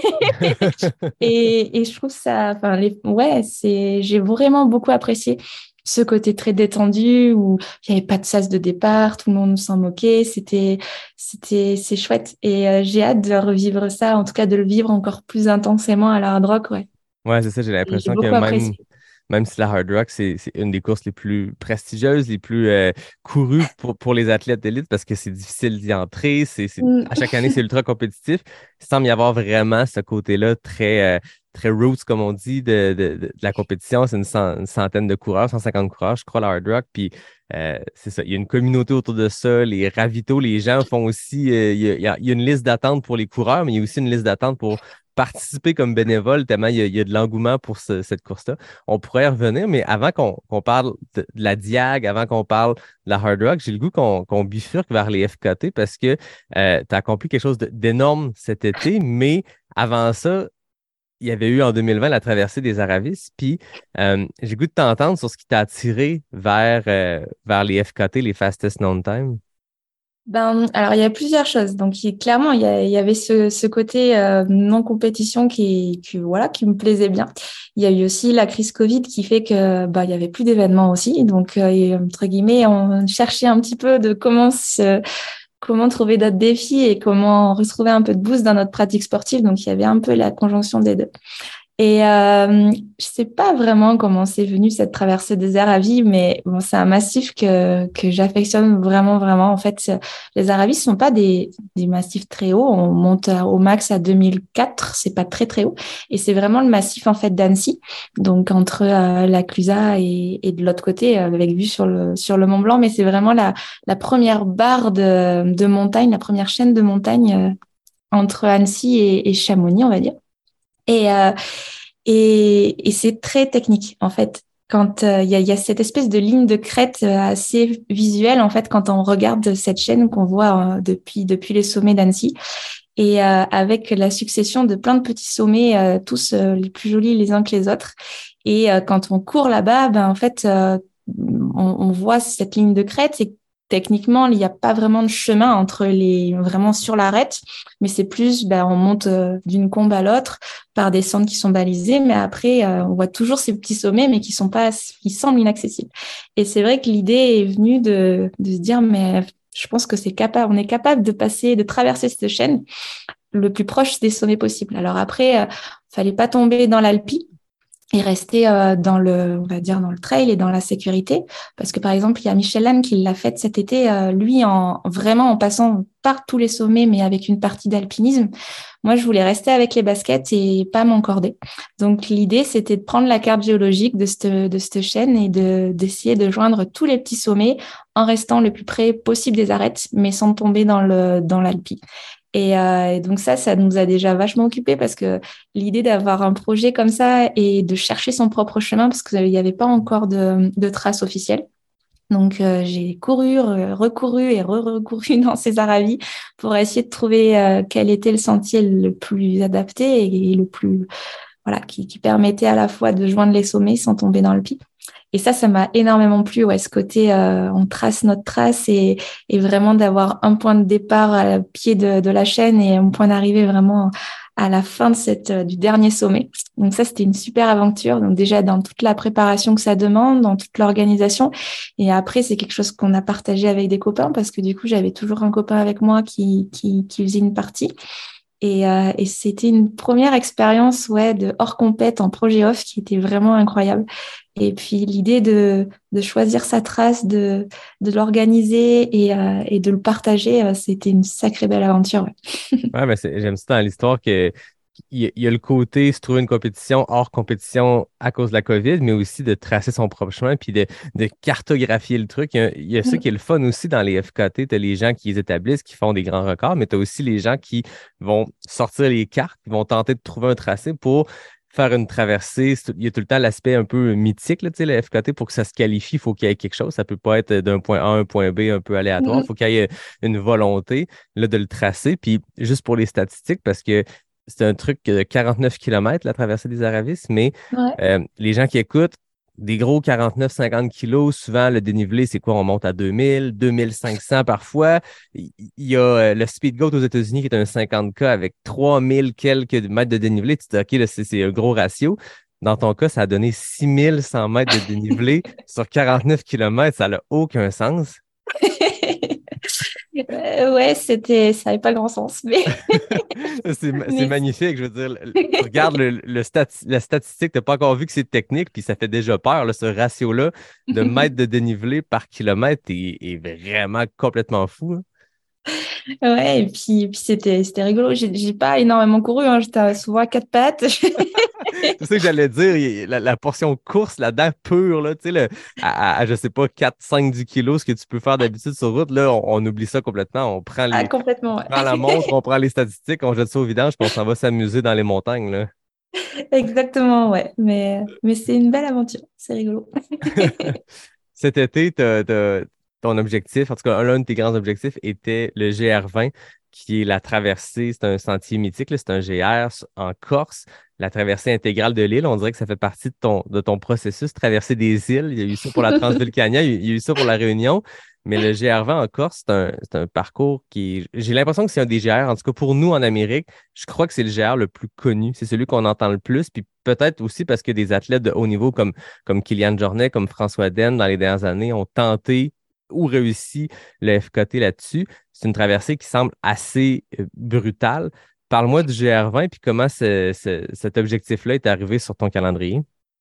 et, et je trouve ça, enfin, les, ouais, c'est, j'ai vraiment beaucoup apprécié ce côté très détendu où il n'y avait pas de sas de départ, tout le monde s'en moquait, c'était, c'était, c'est chouette. Et euh, j'ai hâte de revivre ça, en tout cas de le vivre encore plus intensément à la Hard Rock, ouais. Ouais, c'est ça, j'ai Et j'ai l'impression que beaucoup même, apprécié. même si la Hard Rock, c'est, c'est une des courses les plus prestigieuses, les plus euh, courues pour, pour les athlètes d'élite parce que c'est difficile d'y entrer, c'est, c'est, Mm. à chaque année, c'est ultra compétitif. Il semble y avoir vraiment ce côté-là très, euh, très roots, comme on dit, de, de, de, de la compétition. C'est une, cent- une centaine de coureurs, cent cinquante coureurs, je crois, la Hard Rock. Puis euh, c'est ça, il y a une communauté autour de ça. Les ravitaux, les gens font aussi, euh, il y a, il y a- il y a une liste d'attente pour les coureurs, mais il y a aussi une liste d'attente pour participer comme bénévole, tellement il y a, il y a de l'engouement pour ce- cette course-là. On pourrait y revenir, mais avant qu'on qu'on parle de, de la Diag, avant qu'on parle de la Hard Rock, j'ai le goût qu'on qu'on bifurque vers les F K T parce que tu as accompli quelque chose de- d'énorme cet été, mais avant ça, il y avait eu en deux mille vingt la traversée des Aravis, puis euh, j'ai le goût de t'entendre sur ce qui t'a attiré vers, euh, vers les F K T, les Fastest Known Time. Ben, alors il y a plusieurs choses. Donc il- clairement il y, a- il y avait ce, ce côté euh, non compétition qui, qui voilà qui me plaisait bien. Il y a eu aussi la crise Covid qui fait que bah il y avait plus d'événements aussi. Donc euh, et, entre guillemets on cherchait un petit peu de comment se, comment trouver d'autres défis et comment retrouver un peu de boost dans notre pratique sportive. Donc il y avait un peu la conjonction des deux. Et euh, je sais pas vraiment comment c'est venu cette traversée des Aravis, mais bon, c'est un massif que que j'affectionne vraiment, vraiment. En fait, c'est- les Aravis sont pas des des massifs très hauts. On monte à- au max à deux mille quatre, c'est pas très très haut. Et c'est vraiment le massif en fait d'Annecy, donc entre euh, la Clusaz et, et de l'autre côté, euh, avec vue sur le sur le Mont Blanc. Mais c'est vraiment la la première barre de de montagne, la première chaîne de montagne euh, entre Annecy et, et Chamonix, on va dire. Et, euh, et, et c'est très technique, en fait. Quand euh, il y, a, y a cette espèce de ligne de crête euh, assez visuelle, en fait, quand on regarde cette chaîne qu'on voit euh, depuis, depuis les sommets d'Annecy, et euh, avec la succession de plein de petits sommets, euh, tous euh, les plus jolis les uns que les autres. Et euh, quand on court là-bas, ben, en fait, euh, on, on voit cette ligne de crête et techniquement, il n'y a pas vraiment de chemin entre les vraiment sur l'arête, mais c'est plus, ben, on monte euh, d'une combe à l'autre par des centres qui sont balisés, mais après, euh, on voit toujours ces petits sommets, mais qui sont pas, qui semblent inaccessibles. Et c'est vrai que l'idée est venue de, de se dire, mais je pense que c'est capable, on est capable de passer, de traverser cette chaîne le plus proche des sommets possibles. Alors après, euh, fallait pas tomber dans l'alpi et rester euh, dans le, on va dire, dans le trail et dans la sécurité. Parce que, par exemple, il y a Michel Lannes qui l'a fait cet été, euh, lui, en vraiment en passant par tous les sommets, mais avec une partie d'alpinisme. Moi, je voulais rester avec les baskets et pas m'encorder. Donc, l'idée, c'était de prendre la carte géologique de cette, de cette chaîne et de, d'essayer de joindre tous les petits sommets en restant le plus près possible des arêtes, mais sans tomber dans le, dans l'alpi. Et, euh, et donc ça, ça nous a déjà vachement occupés parce que l'idée d'avoir un projet comme ça et de chercher son propre chemin parce qu'il n'y avait pas encore de, de traces officielles. Donc euh, j'ai couru, recouru et re-recouru dans ces Aravis pour essayer de trouver euh, quel était le sentier le plus adapté et, et le plus voilà qui, qui permettait à la fois de joindre les sommets sans tomber dans le pic. Et ça, ça m'a énormément plu, ouais, ce côté, euh, on trace notre trace et, et vraiment d'avoir un point de départ à pied de, de la chaîne et un point d'arrivée vraiment à la fin de cette, du dernier sommet. Donc ça, c'était une super aventure. Donc déjà, dans toute la préparation que ça demande, dans toute l'organisation. Et après, c'est quelque chose qu'on a partagé avec des copains parce que du coup, j'avais toujours un copain avec moi qui, qui, qui faisait une partie. Et, euh, et c'était une première expérience ouais, de hors compète en projet off qui était vraiment incroyable. Et puis l'idée de, de choisir sa trace, de, de l'organiser et, euh, et de le partager, euh, c'était une sacrée belle aventure. Ouais, ouais mais c'est, j'aime ça dans l'histoire que il y, a, il y a le côté se trouver une compétition hors compétition à cause de la COVID, mais aussi de tracer son propre chemin puis de, de cartographier le truc. Il y a, il y a ça qui est le fun aussi dans les F K T. Tu as les gens qui les établissent, qui font des grands records, mais tu as aussi les gens qui vont sortir les cartes, qui vont tenter de trouver un tracé pour faire une traversée. Il y a tout le temps l'aspect un peu mythique, là, le F K T, pour que ça se qualifie, il faut qu'il y ait quelque chose. Ça peut pas être d'un point A à un point B un peu aléatoire. Il faut qu'il y ait une volonté là, de le tracer. Puis juste pour les statistiques, parce que c'est un truc de quarante-neuf kilomètres, la traversée des Aravis, mais ouais. euh, les gens qui écoutent, des gros quarante-neuf à cinquante kilos, souvent le dénivelé, c'est quoi? On monte à deux mille, deux mille cinq cents parfois. Il y a euh, le Speed Goat aux États-Unis qui est un cinquante K avec trois mille quelques mètres de dénivelé. Tu te dis, OK, là, c'est, c'est un gros ratio. Dans ton cas, ça a donné six mille cent mètres de dénivelé sur quarante-neuf kilomètres. Ça n'a aucun sens. Euh, ouais, c'était, ça n'avait pas grand sens, mais c'est, mais c'est magnifique. Je veux dire, tu regardes le, le stati- la statistique, tu n'as pas encore vu que c'est technique, puis ça fait déjà peur. Là, ce ratio-là de mètres de dénivelé par kilomètre est, est vraiment complètement fou. Hein. Ouais, et puis, puis c'était, c'était rigolo. J'ai, j'ai pas énormément couru, hein. J'étais souvent à quatre pattes. C'est ça que j'allais dire, la, la portion course là-dedans pure, là, tu sais, le, à, à, je sais pas, quatre, cinq, dix kilos, ce que tu peux faire d'habitude sur route, là, on, on oublie ça complètement. On prend, les, Ah, complètement, ouais. on prend la montre, on prend les statistiques, on jette ça au vidange, puis on s'en va s'amuser dans les montagnes, là. Exactement, ouais. Mais, mais c'est une belle aventure. C'est rigolo. Cet été, t'as, t'as, ton objectif, en tout cas, l'un de tes grands objectifs était le G R vingt, qui est la traversée, c'est un sentier mythique, là, c'est un G R en Corse, la traversée intégrale de l'île. On dirait que ça fait partie de ton, de ton processus, traverser des îles. Il y a eu ça pour la Transvulcania, il y a eu ça pour la Réunion, mais le G R vingt en Corse, c'est un, c'est un parcours qui, j'ai l'impression que c'est un des G R, en tout cas pour nous en Amérique, je crois que c'est le G R le plus connu, c'est celui qu'on entend le plus, puis peut-être aussi parce que des athlètes de haut niveau comme, comme Kylian Jornet, comme François Den, dans les dernières années, ont tenté ou réussi le F K T là-dessus. C'est une traversée qui semble assez euh, brutale. Parle-moi du G R vingt puis comment ce, ce, cet objectif-là est arrivé sur ton calendrier.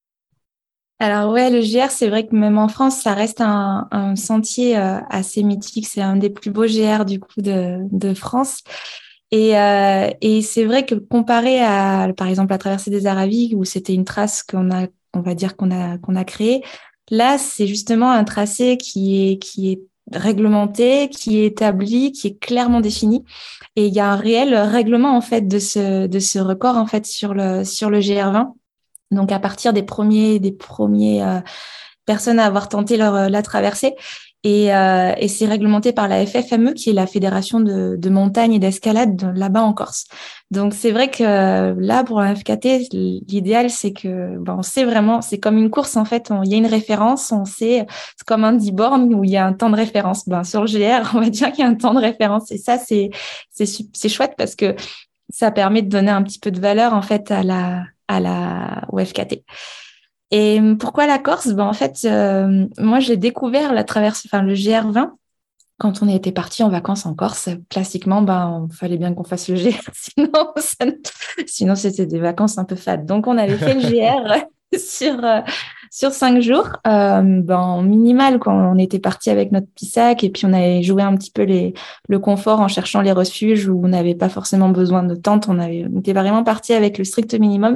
Alors ouais, le G R, c'est vrai que même en France, ça reste un, un sentier euh, assez mythique. C'est un des plus beaux G R du coup de, de France. Et, euh, et c'est vrai que comparé à, par exemple, la traversée des Aravis, où c'était une trace qu'on a, on va dire qu'on a, qu'on a créée, là, c'est justement un tracé qui est, qui est réglementé, qui est établi, qui est clairement défini. Et il y a un réel règlement, en fait, de ce, de ce record, en fait, sur le, sur le G R vingt. Donc, à partir des premiers, des premiers euh, personnes à avoir tenté leur, la traversée. Et, euh, et c'est réglementé par la F F M E, qui est la fédération de, de montagne et d'escalade de, là-bas en Corse. Donc, c'est vrai que là, pour un F K T, l'idéal, c'est que, ben, on sait vraiment, c'est comme une course, en fait, il y a une référence, on sait, c'est comme un dix bornes où il y a un temps de référence. Ben, sur le G R, on va dire qu'il y a un temps de référence. Et ça, c'est, c'est, c'est chouette parce que ça permet de donner un petit peu de valeur, en fait, à la, à la, au F K T. Et pourquoi la Corse? Ben, en fait, euh, moi, j'ai découvert la traversée, enfin, le G R vingt quand on était parti en vacances en Corse, classiquement, ben, il fallait bien qu'on fasse le G R, sinon, ça ne- sinon c'était des vacances un peu fades. Donc, on avait fait le G R sur, euh, sur cinq jours, euh, ben, minimal, quand on était parti avec notre petit sac et puis on avait joué un petit peu les, le confort en cherchant les refuges où on n'avait pas forcément besoin de tente. On avait, on était vraiment parti avec le strict minimum.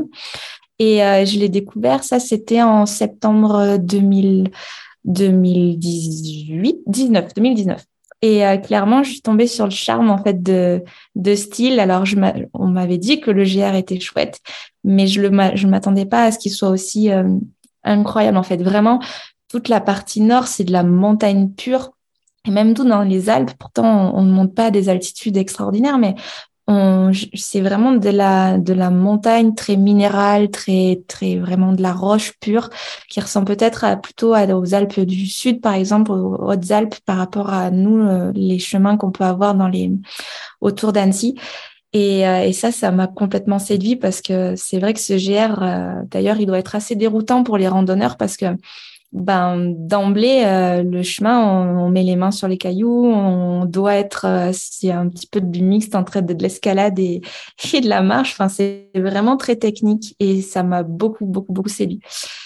Et euh, je l'ai découvert, ça, c'était en septembre deux mille, deux mille dix-huit, dix-neuf, deux mille dix-neuf. Et euh, clairement, je suis tombée sur le charme en fait de de style. Alors, je m'a- on m'avait dit que le G R était chouette, mais je le m'a- je m'attendais pas à ce qu'il soit aussi euh, incroyable en fait. Vraiment, toute la partie nord, c'est de la montagne pure. Et même tout dans les Alpes, pourtant on on ne monte pas à des altitudes extraordinaires, mais on, je- c'est vraiment de la, de la montagne très minérale, très, très, vraiment de la roche pure, qui ressemble peut-être à, plutôt à- aux Alpes du Sud, par exemple, aux Hautes-Alpes, par rapport à nous, euh, les chemins qu'on peut avoir dans les, autour d'Annecy. Et, euh, et ça, ça m'a complètement séduit parce que c'est vrai que ce G R, euh, d'ailleurs, il doit être assez déroutant pour les randonneurs parce que ben, d'emblée, euh, le chemin, on, on met les mains sur les cailloux, on doit être, euh, c'est un petit peu du mixte entre de, de l'escalade et, et de la marche. Enfin, c'est vraiment très technique et ça m'a beaucoup, beaucoup, beaucoup séduit.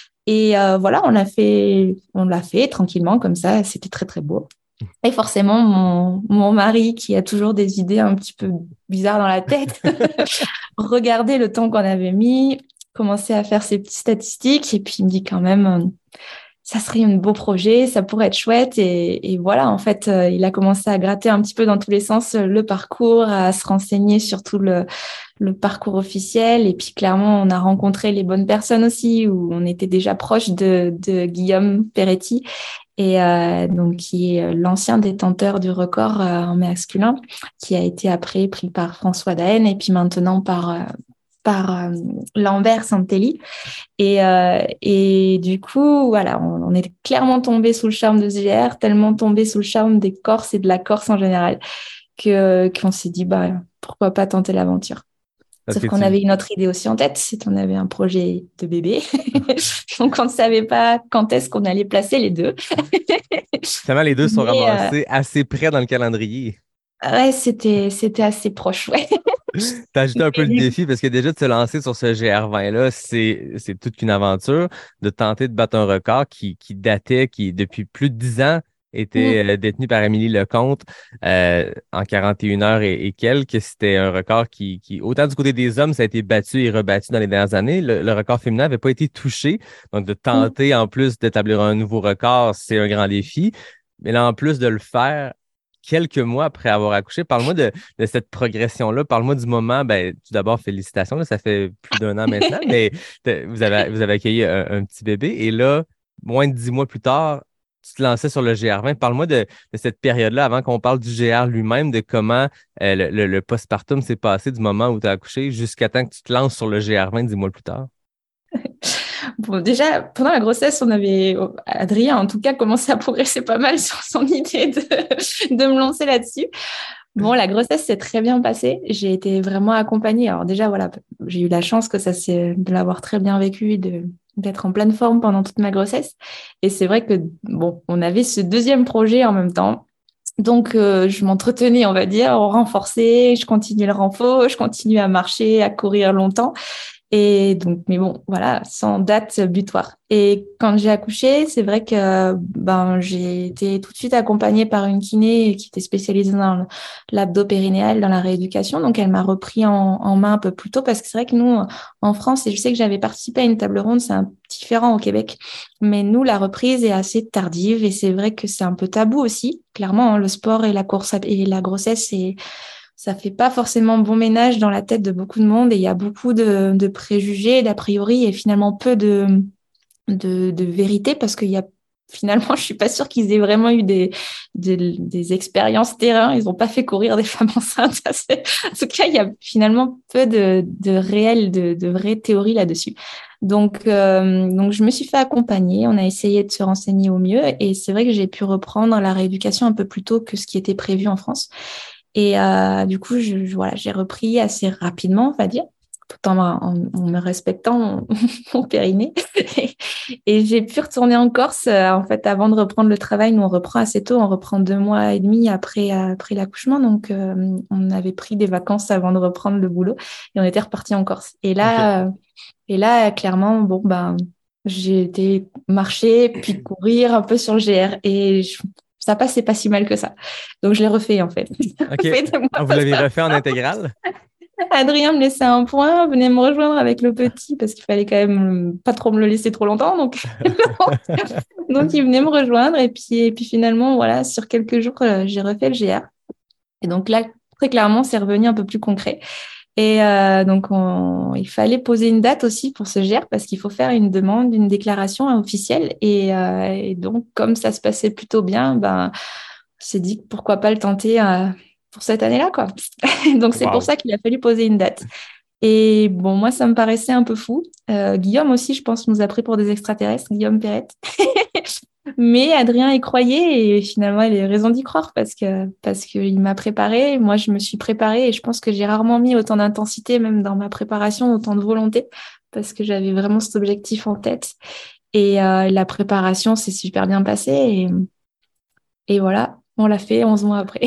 Et euh, voilà, on l'a fait, on l'a fait tranquillement comme ça. C'était très, très beau. Et forcément, mon, mon mari, qui a toujours des idées un petit peu bizarres dans la tête, regardait le temps qu'on avait mis, commençait à faire ses petites statistiques et puis il me dit quand même, euh, ça serait un beau projet, ça pourrait être chouette. Et, et voilà, en fait, euh, il a commencé à gratter un petit peu dans tous les sens euh, le parcours, à se renseigner sur tout le, le parcours officiel. Et puis, clairement, on a rencontré les bonnes personnes aussi, où on était déjà proche de, de Guillaume Peretti, et euh, donc qui est l'ancien détenteur du record euh, en masculin, qui a été après pris par François Daen et puis maintenant par, euh, par euh, Lambert Santelli. Et, euh, et du coup, voilà, on, on est clairement tombé sous le charme de ce G R, tellement tombé sous le charme des Corses et de la Corse en général, que qu'on s'est dit, bah, pourquoi pas tenter l'aventure. Parce Sauf que qu'on tu, avait une autre idée aussi en tête, c'est qu'on avait un projet de bébé. Donc, on ne savait pas quand est-ce qu'on allait placer les deux. Finalement, les deux sont Mais euh, ramassés assez près dans le calendrier. ouais, c'était, c'était assez proche, ouais. T'as ajouté un peu Mais le du défi parce que déjà de se lancer sur ce G R vingt-là, c'est, c'est toute une aventure de tenter de battre un record qui, qui datait, qui depuis plus de dix ans était coup, euh, détenu par Émilie Lecomte euh, en quarante et une heures et, et quelques. C'était un record qui, qui, autant du côté des hommes, ça a été battu et rebattu dans les dernières années. Le, le record féminin n'avait pas été touché. Donc, de mm, tenter en plus d'établir un nouveau record, c'est un grand défi. Mais là, en plus de le faire, quelques mois après avoir accouché. Parle-moi de, de cette progression-là. Parle-moi du moment. Ben, tout d'abord, félicitations. Là, ça fait plus d'un an maintenant, mais t'as- vous avez, vous avez accueilli un, un petit bébé. Et là, moins de dix mois plus tard, tu te lançais sur le G R vingt. Parle-moi de, de cette période-là, avant qu'on parle du G R lui-même, de comment euh, le, le, le postpartum s'est passé du moment où tu as accouché jusqu'à temps que tu te lances sur le G R vingt dix mois plus tard. Bon, déjà, pendant la grossesse, on avait, Adrien, en tout cas, commencé à progresser pas mal sur son idée de, de me lancer là-dessus. Bon, la grossesse s'est très bien passée. J'ai été vraiment accompagnée. Alors déjà, voilà, j'ai eu la chance que ça s'est, de l'avoir très bien vécu, de, d'être en pleine forme pendant toute ma grossesse. Et c'est vrai que, bon, on avait ce deuxième projet en même temps. Donc, euh, je m'entretenais, on va dire, on renforçait, je continuais le renfort, je continuais à marcher, à courir longtemps. Et donc, mais bon, voilà, sans date butoir. Et quand j'ai accouché, c'est vrai que ben j'ai été tout de suite accompagnée par une kiné qui était spécialisée dans l'abdo-périnéal, dans la rééducation. Donc, elle m'a repris en, en main un peu plus tôt parce que c'est vrai que nous, en France, et je sais que j'avais participé à une table ronde, c'est un petit différent au Québec, mais nous, la reprise est assez tardive et c'est vrai que c'est un peu tabou aussi. Clairement, hein, le sport et la course à- et la grossesse, c'est ça fait pas forcément bon ménage dans la tête de beaucoup de monde et il y a beaucoup de, de préjugés, d'a priori et finalement peu de, de, de vérité parce qu'il y a finalement, je suis pas sûre qu'ils aient vraiment eu des, des, des expériences terrain. Ils n'ont pas fait courir des femmes enceintes. En tout cas, il y a finalement peu de, de réelles, de, de vraies théories là-dessus. Donc, euh, donc, je me suis fait accompagner. On a essayé de se renseigner au mieux et c'est vrai que j'ai pu reprendre la rééducation un peu plus tôt que ce qui était prévu en France. Et euh, du coup, je, je- voilà, j'ai repris assez rapidement, on va dire. tout en, en, en me respectant mon, mon périnée. Et, et j'ai pu retourner en Corse. Euh, en fait, avant de reprendre le travail, nous, on reprend assez tôt. On reprend deux mois et demi après, après l'accouchement. Donc, euh, on avait pris des vacances avant de reprendre le boulot et on était reparti en Corse. Et là, okay. euh, et là clairement, bon, ben, j'ai été marcher, puis courir un peu sur le G R. Et je, ça passait pas si mal que ça. Donc, je l'ai refait, en fait. OK. Ah, vous l'avez refait en intégrale? Adrien me laissait un point, venait me rejoindre avec le petit parce qu'il fallait quand même pas trop me le laisser trop longtemps. Donc, donc il venait me rejoindre. Et puis, et puis finalement, voilà, sur quelques jours, euh, j'ai refait le G R. Et donc là, très clairement, c'est revenu un peu plus concret. Et euh, donc, on, il fallait poser une date aussi pour ce G R parce qu'il faut faire une demande, une déclaration officielle. Et, euh, et donc, comme ça se passait plutôt bien, ben, on s'est dit pourquoi pas le tenter euh, pour cette année-là, quoi. Donc, c'est wow. pour ça qu'il a fallu poser une date. Et bon, moi, ça me paraissait un peu fou. Euh, Guillaume aussi, je pense, nous a pris pour des extraterrestres, Guillaume Perrette. Mais Adrien y croyait et finalement, il a raison d'y croire parce que parce qu'il m'a préparé. Moi, je me suis préparée et je pense que j'ai rarement mis autant d'intensité, même dans ma préparation, autant de volonté parce que j'avais vraiment cet objectif en tête. Et euh, la préparation s'est super bien passée et, et voilà, on l'a fait onze mois après.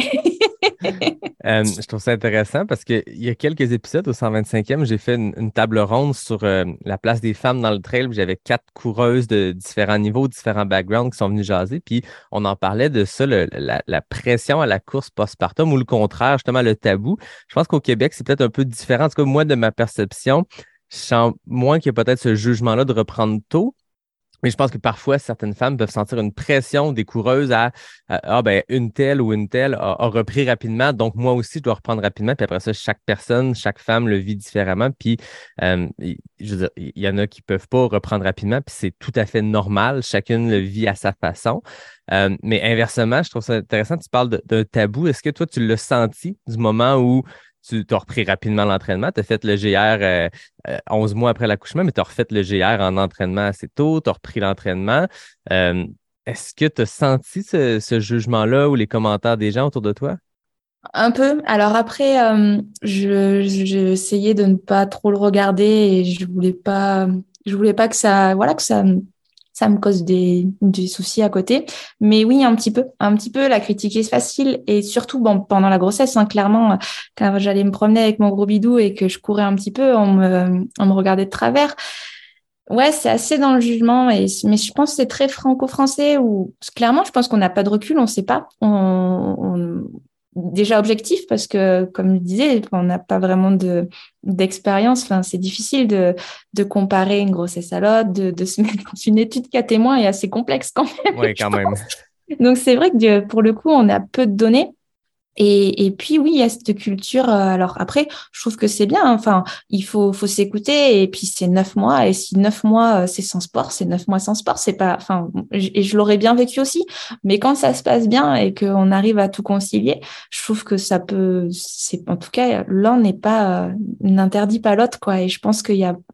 euh, je trouve ça intéressant parce qu'il y a quelques épisodes au cent vingt-cinquième, j'ai fait une, une table ronde sur euh, la place des femmes dans le trail. J'avais quatre coureuses de différents niveaux, différents backgrounds qui sont venues jaser. Puis on en parlait de ça, le, la, la pression à la course postpartum ou le contraire, justement le tabou. Je pense qu'au Québec, c'est peut-être un peu différent. En tout cas, moi, de ma perception, je sens moins qu'il y a peut-être ce jugement-là de reprendre tôt. Mais je pense que parfois, certaines femmes peuvent sentir une pression des coureuses à « Ah, ben, une telle ou une telle a, a repris rapidement, donc moi aussi, je dois reprendre rapidement. » Puis après ça, chaque personne, chaque femme le vit différemment. Puis, euh, je veux dire, il y en a qui ne peuvent pas reprendre rapidement, puis c'est tout à fait normal. Chacune le vit à sa façon. Euh, mais inversement, je trouve ça intéressant. Tu parles d'un tabou. Est-ce que toi, tu l'as senti du moment où tu as repris rapidement l'entraînement, tu as fait le G R euh, euh, onze mois après l'accouchement, mais tu as refait le G R en entraînement assez tôt, tu as repris l'entraînement. Euh, est-ce que tu as senti ce, ce jugement-là ou les commentaires des gens autour de toi? Un peu. Alors après, euh, je, j'ai essayé de ne pas trop le regarder et je voulais pas, je voulais pas que ça, voilà, que ça, ça me cause des, des soucis à côté. Mais oui, un petit peu, un petit peu. La critique est facile et surtout, bon, pendant la grossesse, hein, clairement, quand j'allais me promener avec mon gros bidou et que je courais un petit peu, on me, on me regardait de travers. Ouais, c'est assez dans le jugement, et, mais je pense que c'est très franco-français où clairement, je pense qu'on n'a pas de recul, on ne sait pas. On, on, déjà objectif parce que, comme je disais, on n'a pas vraiment de d'expérience. Enfin, c'est difficile de de comparer une grossesse à l'autre, de, de se mettre dans une étude cas témoin est assez complexe quand même. Oui, quand même. Donc c'est vrai que pour le coup, on a peu de données. Et, et puis oui, il y a cette culture. Alors après, je trouve que c'est bien. Enfin, il faut, faut s'écouter. Et puis c'est neuf mois. Et si neuf mois c'est sans sport, c'est neuf mois sans sport. C'est pas. Enfin, et je l'aurais bien vécu aussi. Mais quand ça se passe bien et qu'on arrive à tout concilier, je trouve que ça peut. C'est en tout cas, l'un n'est pas n'interdit pas l'autre, quoi. Et je pense qu'il y a.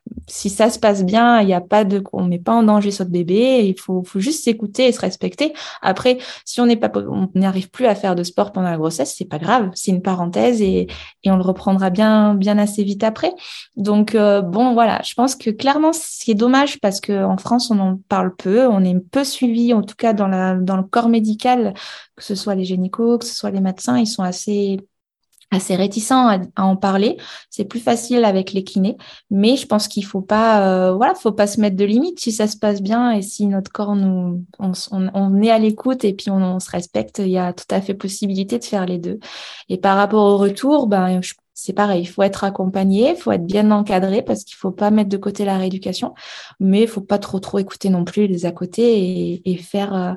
Si ça se passe bien, il n'y a pas de, on met pas en danger notre bébé. Il faut, faut juste s'écouter et se respecter. Après, si on n'est pas, on n'arrive plus à faire de sport pendant la grossesse, c'est pas grave. C'est une parenthèse et, et on le reprendra bien, bien assez vite après. Donc, euh, bon, voilà. Je pense que clairement, c'est dommage parce que en France, on en parle peu. On est peu suivi, en tout cas, dans la, dans le corps médical, que ce soit les gynécos, que ce soit les médecins, ils sont assez, assez réticents à, à en parler. C'est plus facile avec les kinés, mais je pense qu'il faut pas, euh, voilà, faut pas se mettre de limites si ça se passe bien et si notre corps nous, on, on, on est à l'écoute et puis on, on se respecte, il y a tout à fait possibilité de faire les deux. Et par rapport au retour, ben, je, c'est pareil, il faut être accompagné, il faut être bien encadré parce qu'il faut pas mettre de côté la rééducation, mais il faut pas trop trop écouter non plus les à côté et, et faire euh,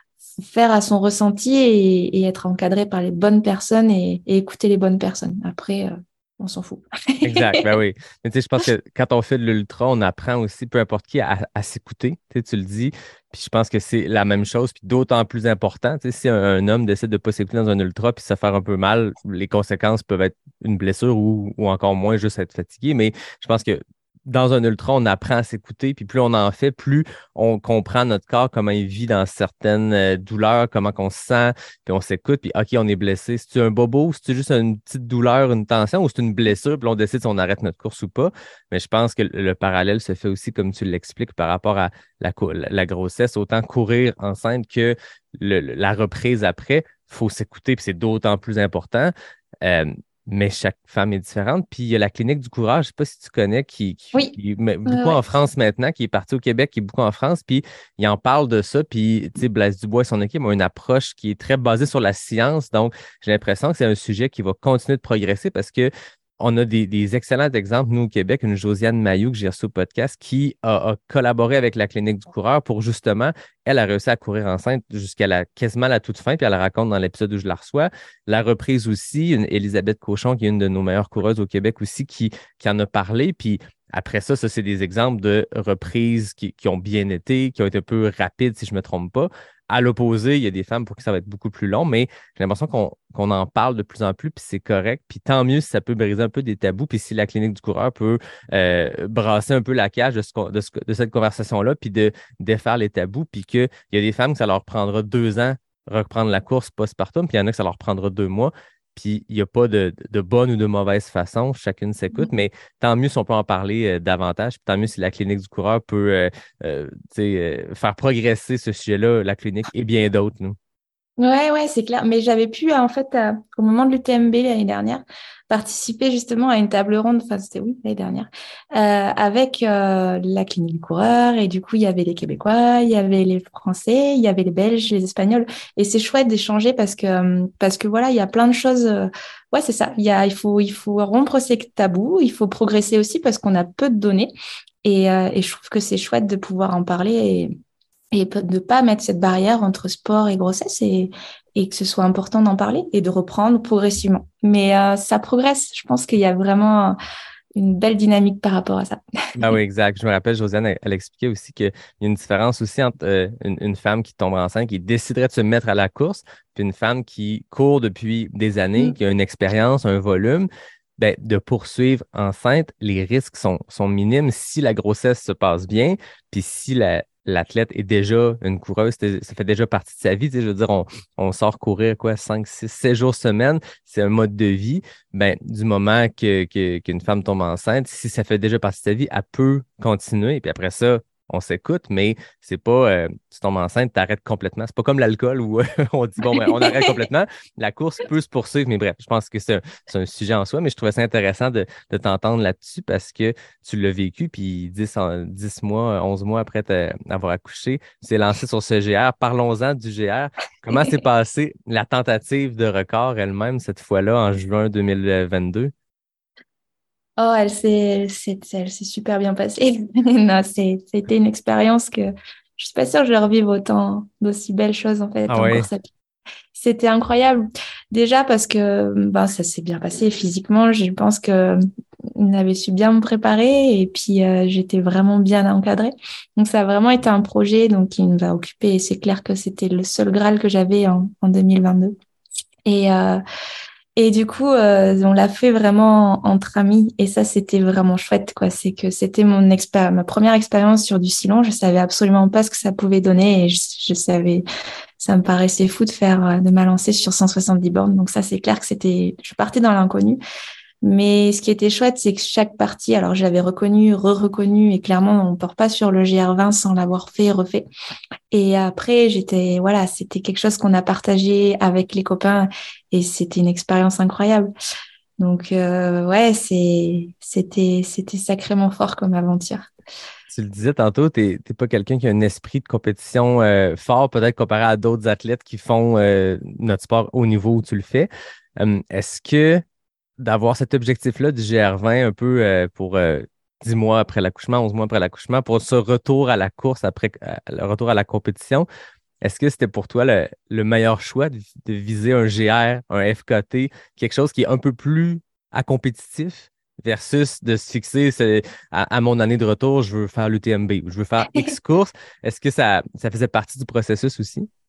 faire à son ressenti et, et être encadré par les bonnes personnes et, et écouter les bonnes personnes. Après, euh, on s'en fout. Exact, ben oui. Mais tu sais, je pense que quand on fait de l'ultra, on apprend aussi, peu importe qui, à, à s'écouter. Tu sais, tu le dis. Puis je pense que c'est la même chose, puis d'autant plus important. Tu sais, si un, un homme décide de ne pas s'écouter dans un ultra puis se faire un peu mal, les conséquences peuvent être une blessure ou, ou encore moins juste être fatigué. Mais je pense que dans un ultra, on apprend à s'écouter, puis plus on en fait, plus on comprend notre corps, comment il vit dans certaines euh, douleurs, comment on se sent, puis on s'écoute, puis OK, on est blessé. C'est-tu un bobo, c'est-tu juste une petite douleur, une tension, ou c'est une blessure, puis on décide si on arrête notre course ou pas. Mais je pense que le, le parallèle se fait aussi, comme tu l'expliques, par rapport à la, la grossesse, autant courir enceinte que le, la reprise après, il faut s'écouter, puis c'est d'autant plus important. Euh, Mais chaque femme est différente. Puis il y a la clinique du courage, je ne sais pas si tu connais, qui, qui, Oui, qui est ouais, beaucoup ouais. en France maintenant, qui est parti au Québec, qui est beaucoup en France. Puis il en parle de ça. Puis tu sais, Blaise Dubois et son équipe ont une approche qui est très basée sur la science. Donc, j'ai l'impression que c'est un sujet qui va continuer de progresser parce que on a des, des excellents exemples, nous, au Québec, une Josiane Mailloux que j'ai reçue au podcast qui a, a collaboré avec la Clinique du coureur pour justement, elle a réussi à courir enceinte jusqu'à la, quasiment la toute fin, puis elle la raconte dans l'épisode où je la reçois. La reprise aussi, une Elisabeth Cochon, qui est une de nos meilleures coureuses au Québec aussi, qui, qui en a parlé, puis après ça, ça, c'est des exemples de reprises qui, qui ont bien été, qui ont été un peu rapides, si je ne me trompe pas. À l'opposé, il y a des femmes pour qui ça va être beaucoup plus long, mais j'ai l'impression qu'on qu'on en parle de plus en plus, puis c'est correct. Puis tant mieux si ça peut briser un peu des tabous, puis si la clinique du coureur peut euh, brasser un peu la cage de, ce, de, ce, de cette conversation-là, puis de défaire les tabous, puis qu'il y a des femmes que ça leur prendra deux ans reprendre la course postpartum, puis il y en a que ça leur prendra deux mois. Puis il n'y a pas de, de bonne ou de mauvaise façon, chacune s'écoute, mais tant mieux si on peut en parler euh, davantage, puis tant mieux si la clinique du coureur peut euh, euh, euh, faire progresser ce sujet-là, la clinique et bien d'autres, nous. Ouais, ouais, c'est clair. Mais j'avais pu, en fait, euh, au moment de l'U T M B l'année dernière, participer justement à une table ronde, enfin, c'était oui, l'année dernière, euh, avec euh, la clinique du coureur. Et du coup, il y avait les Québécois, il y avait les Français, il y avait les Belges, les Espagnols. Et c'est chouette d'échanger parce que, euh, parce que voilà, il y a plein de choses. Euh, ouais, c'est ça. Il y a, il faut, il faut rompre ces tabous, il faut progresser aussi parce qu'on a peu de données. Et, euh, et je trouve que c'est chouette de pouvoir en parler et et de ne pas mettre cette barrière entre sport et grossesse et, et que ce soit important d'en parler et de reprendre progressivement. Mais euh, ça progresse. Je pense qu'il y a vraiment une belle dynamique par rapport à ça. Ah oui, exact. Je me rappelle, Josiane, elle, elle expliquait aussi qu'il y a une différence aussi entre euh, une, une femme qui tombe enceinte, qui déciderait de se mettre à la course, puis une femme qui court depuis des années, Mm. qui a une expérience, un volume. Ben, de poursuivre enceinte, les risques sont, sont minimes si la grossesse se passe bien, puis si la, l'athlète est déjà une coureuse, ça fait déjà partie de sa vie. Tu sais, je veux dire, on, on sort courir quoi, cinq, six, sept jours semaine, c'est un mode de vie. Ben, du moment que, que, qu'une femme tombe enceinte, si ça fait déjà partie de sa vie, elle peut continuer. Puis après ça, on s'écoute, mais c'est pas euh, tu tombes enceinte, tu arrêtes complètement. C'est pas comme l'alcool où on dit bon, ben, on arrête complètement. La course peut se poursuivre, mais bref, je pense que c'est un, c'est un sujet en soi, mais je trouvais ça intéressant de, de t'entendre là-dessus parce que tu l'as vécu, puis dix, dix mois, onze mois après avoir accouché, tu t'es lancé sur ce G R. Parlons-en du G R. Comment s'est passée la tentative de record elle-même cette fois-là en juin deux mille vingt-deux? Oh, elle s'est, c'est, elle s'est super bien passée. Non, c'est, c'était une expérience que je suis pas sûre que je vais revivre autant d'aussi belles choses en fait Ah en oui. course à pied. C'était incroyable. Déjà parce que ben, ça s'est bien passé physiquement. Je pense que on avait su bien me préparer et puis euh, j'étais vraiment bien encadrée. Donc ça a vraiment été un projet donc qui nous a occupés et c'est clair que c'était le seul Graal que j'avais en, en deux mille vingt-deux. Et euh, Et du coup, euh, on l'a fait vraiment entre amis et ça, c'était vraiment chouette, quoi. C'est que c'était mon expé- ma première expérience sur du sillon. Je savais absolument pas ce que ça pouvait donner et je, je savais, ça me paraissait fou de faire, de m'alancer sur cent soixante-dix bornes. Donc ça, c'est clair que c'était, je partais dans l'inconnu. Mais ce qui était chouette, c'est que chaque partie, alors je l'avais reconnu, re-reconnu, et clairement, on ne part pas sur le G R vingt sans l'avoir fait et refait. Et après, j'étais, voilà, c'était quelque chose qu'on a partagé avec les copains, et c'était une expérience incroyable. Donc, euh, ouais, c'est, c'était, c'était sacrément fort comme aventure. Tu le disais tantôt, tu n'es pas quelqu'un qui a un esprit de compétition euh, fort, peut-être comparé à d'autres athlètes qui font euh, notre sport au niveau où tu le fais. Euh, est-ce que d'avoir cet objectif-là du G R vingt un peu euh, pour euh, dix mois après l'accouchement, onze mois après l'accouchement, pour ce retour à la course, après euh, le retour à la compétition, est-ce que c'était pour toi le, le meilleur choix de, de viser un G R, un F K T, quelque chose qui est un peu plus à compétitif versus de se fixer c'est, à, à mon année de retour, je veux faire l'U T M B ou je veux faire X course? Est-ce que ça, ça faisait partie du processus aussi?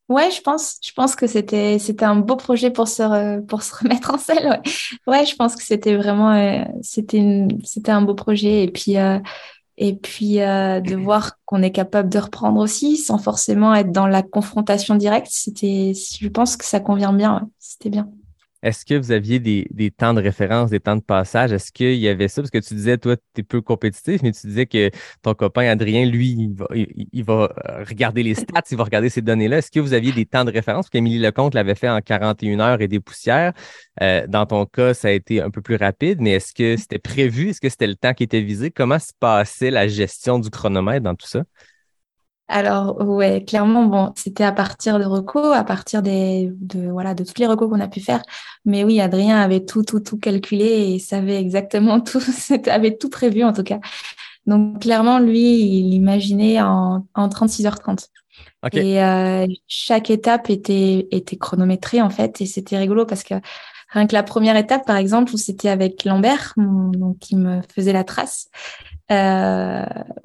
Ouais, je pense, je pense que c'était, c'était un beau projet pour se, re- pour se remettre en selle. Ouais, ouais, je pense que c'était vraiment, euh, c'était une, c'était un beau projet. Et puis, euh, et puis euh, de voir qu'on est capable de reprendre aussi, sans forcément être dans la confrontation directe. C'était, je pense que ça convient bien. Ouais. C'était bien. Est-ce que vous aviez des, des temps de référence, des temps de passage? Est-ce qu'il y avait ça? Parce que tu disais, toi, tu es peu compétitif, mais tu disais que ton copain Adrien, lui, il va, il, il va euh, regarder les stats, il va regarder ces données-là. Est-ce que vous aviez des temps de référence? Parce qu'Émilie Lecomte l'avait fait en quarante et une heures et des poussières. Euh, dans ton cas, ça a été un peu plus rapide, mais est-ce que c'était prévu? Est-ce que c'était le temps qui était visé? Comment se passait la gestion du chronomètre dans tout ça? Alors, ouais, clairement, bon, c'était à partir de recos, à partir des, de, voilà, de toutes les recos qu'on a pu faire. Mais oui, Adrien avait tout, tout, tout calculé et savait exactement tout, c'était- avait tout prévu en tout cas. Donc, clairement, lui, il imaginait en, en trente-six heures trente. OK. Et euh, chaque étape était, était chronométrée en fait. Et c'était rigolo parce que rien que la première étape, par exemple, où c'était avec Lambert, mon- donc, qui me faisait la trace. Euh,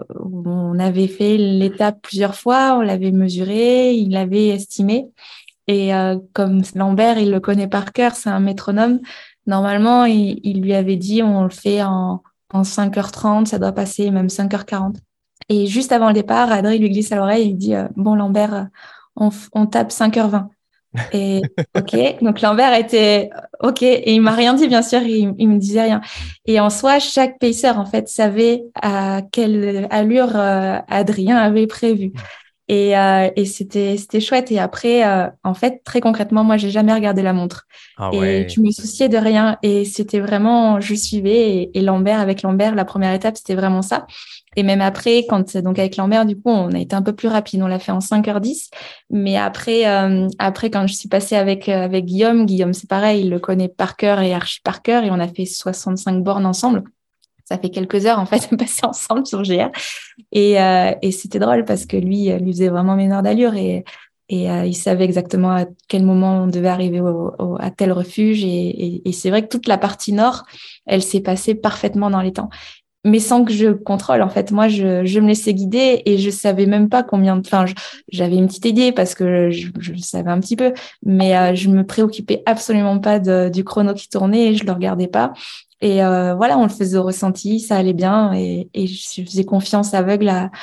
on avait fait l'étape plusieurs fois, on l'avait mesuré, il l'avait estimé. Et euh, comme Lambert, il le connaît par cœur, c'est un métronome. Normalement, il, il lui avait dit, on le fait en, en cinq heures trente, ça doit passer même cinq heures quarante. Et juste avant le départ, Adrien lui glisse à l'oreille, il dit, euh, bon Lambert, euh, on, f- on tape cinq heures vingt. Et ok, donc Lambert était ok, et il m'a rien dit bien sûr, il, il me disait rien. Et en soi, chaque pacer en fait savait à quelle allure euh, Adrien avait prévu. Et, euh, et c'était c'était chouette. Et après, euh, en fait, très concrètement, moi, j'ai jamais regardé la montre. Ah Et ouais. je me souciais de rien. Et c'était vraiment, je suivais. Et, et Lambert, avec Lambert, la première étape, c'était vraiment ça. Et même après, quand donc avec Lambert, du coup, on a été un peu plus rapide. On l'a fait en cinq heures dix. Mais après, euh, après, quand je suis passée avec euh, avec Guillaume, Guillaume, c'est pareil, il le connaît par cœur et archi par cœur. Et on a fait soixante-cinq bornes ensemble. Ça fait quelques heures en fait passées ensemble sur G R. Et, euh, et c'était drôle parce que lui, euh, lui faisait vraiment mes heures d'allure et, et euh, il savait exactement à quel moment on devait arriver au, au, à tel refuge. Et, et, et c'est vrai que toute la partie nord, elle s'est passée parfaitement dans les temps. Mais sans que je contrôle, en fait. Moi, je, je me laissais guider et je savais même pas combien de... Enfin, je- j'avais une petite idée parce que je, je savais un petit peu, mais euh, je me préoccupais absolument pas de, du chrono qui tournait et je le regardais pas. Et euh, voilà, on le faisait au ressenti, ça allait bien et, et je faisais confiance aveugle à,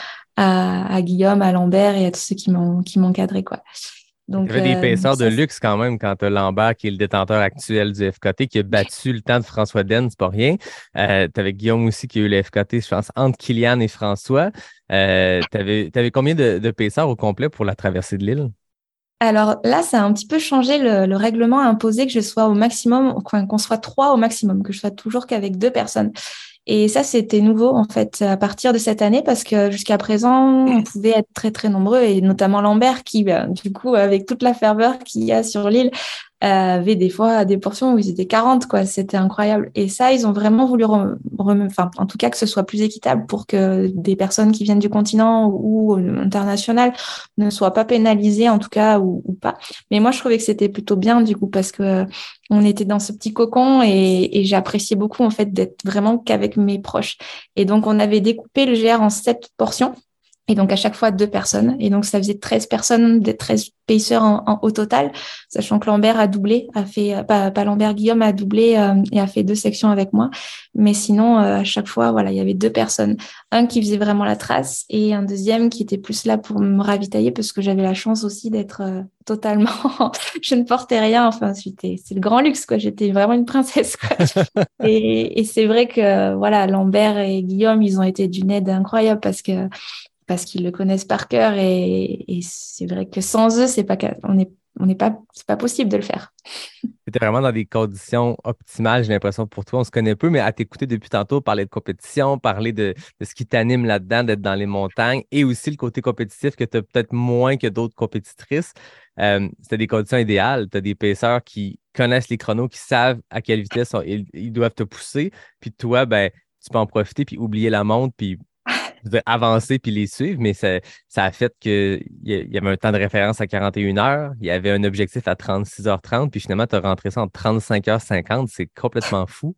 à, à Guillaume, à Lambert et à tous ceux qui m'ont qui m'encadraient, quoi. Tu Donc, avais des euh, donc épaisseurs de ça, luxe quand même quand tu as Lambert, qui est le détenteur actuel du F K T, qui a battu le temps de François Den, c'est pas rien. Euh, tu avais Guillaume aussi qui a eu le F K T, je pense, entre Kylian et François. Euh, tu avais combien de, de épaisseurs au complet pour la traversée de l'île? alors là, ça a un petit peu changé. Le, le règlement a imposé que je sois au maximum, qu'on qu'on soit trois au maximum, que je sois toujours qu'avec deux personnes. Et ça, c'était nouveau en fait à partir de cette année parce que jusqu'à présent, on pouvait être très très nombreux et notamment Lambert qui, bah, du coup, avec toute la ferveur qu'il y a sur l'île, euh, avait des fois des portions où ils étaient quarante, quoi. C'était incroyable. Et ça, ils ont vraiment voulu, rem- rem- enfin, en tout cas, que ce soit plus équitable pour que des personnes qui viennent du continent ou, ou international ne soient pas pénalisées, en tout cas, ou, ou pas. Mais moi, je trouvais que c'était plutôt bien, du coup, parce que on était dans ce petit cocon et, et j'appréciais beaucoup, en fait, d'être vraiment qu'avec mes proches. Et donc, on avait découpé le G R en sept portions. Et donc, à chaque fois, deux personnes. Et donc, ça faisait treize personnes, des treize pacers en, en, au total, sachant que Lambert a doublé, a fait, pas, pas Lambert, Guillaume a doublé euh, et a fait deux sections avec moi. Mais sinon, euh, à chaque fois, voilà, il y avait deux personnes. Un qui faisait vraiment la trace et un deuxième qui était plus là pour me ravitailler parce que j'avais la chance aussi d'être euh, totalement, je ne portais rien. Enfin, c'était, c'est le grand luxe, quoi. J'étais vraiment une princesse, quoi. Et, et c'est vrai que, voilà, Lambert et Guillaume, ils ont été d'une aide incroyable parce que, parce qu'ils le connaissent par cœur et, et c'est vrai que sans eux, c'est pas, on est, on n'est pas, c'est pas possible de le faire. C'était vraiment dans des conditions optimales, j'ai l'impression, pour toi. On se connaît peu, mais à t'écouter depuis tantôt, parler de compétition, parler de, de ce qui t'anime là-dedans, d'être dans les montagnes, et aussi le côté compétitif que tu as peut-être moins que d'autres compétitrices. Euh, c'était des conditions idéales. Tu as des paceurs qui connaissent les chronos, qui savent à quelle vitesse on- ils, ils doivent te pousser. Puis toi, ben, tu peux en profiter, puis oublier la montre, puis je veux dire, avancer puis les suivre, mais ça, ça a fait qu'il y, a- il y avait un temps de référence à quarante et une heures, il y avait un objectif à trente-six heures trente, puis finalement, tu as rentré ça en trente-cinq heures cinquante, c'est complètement fou.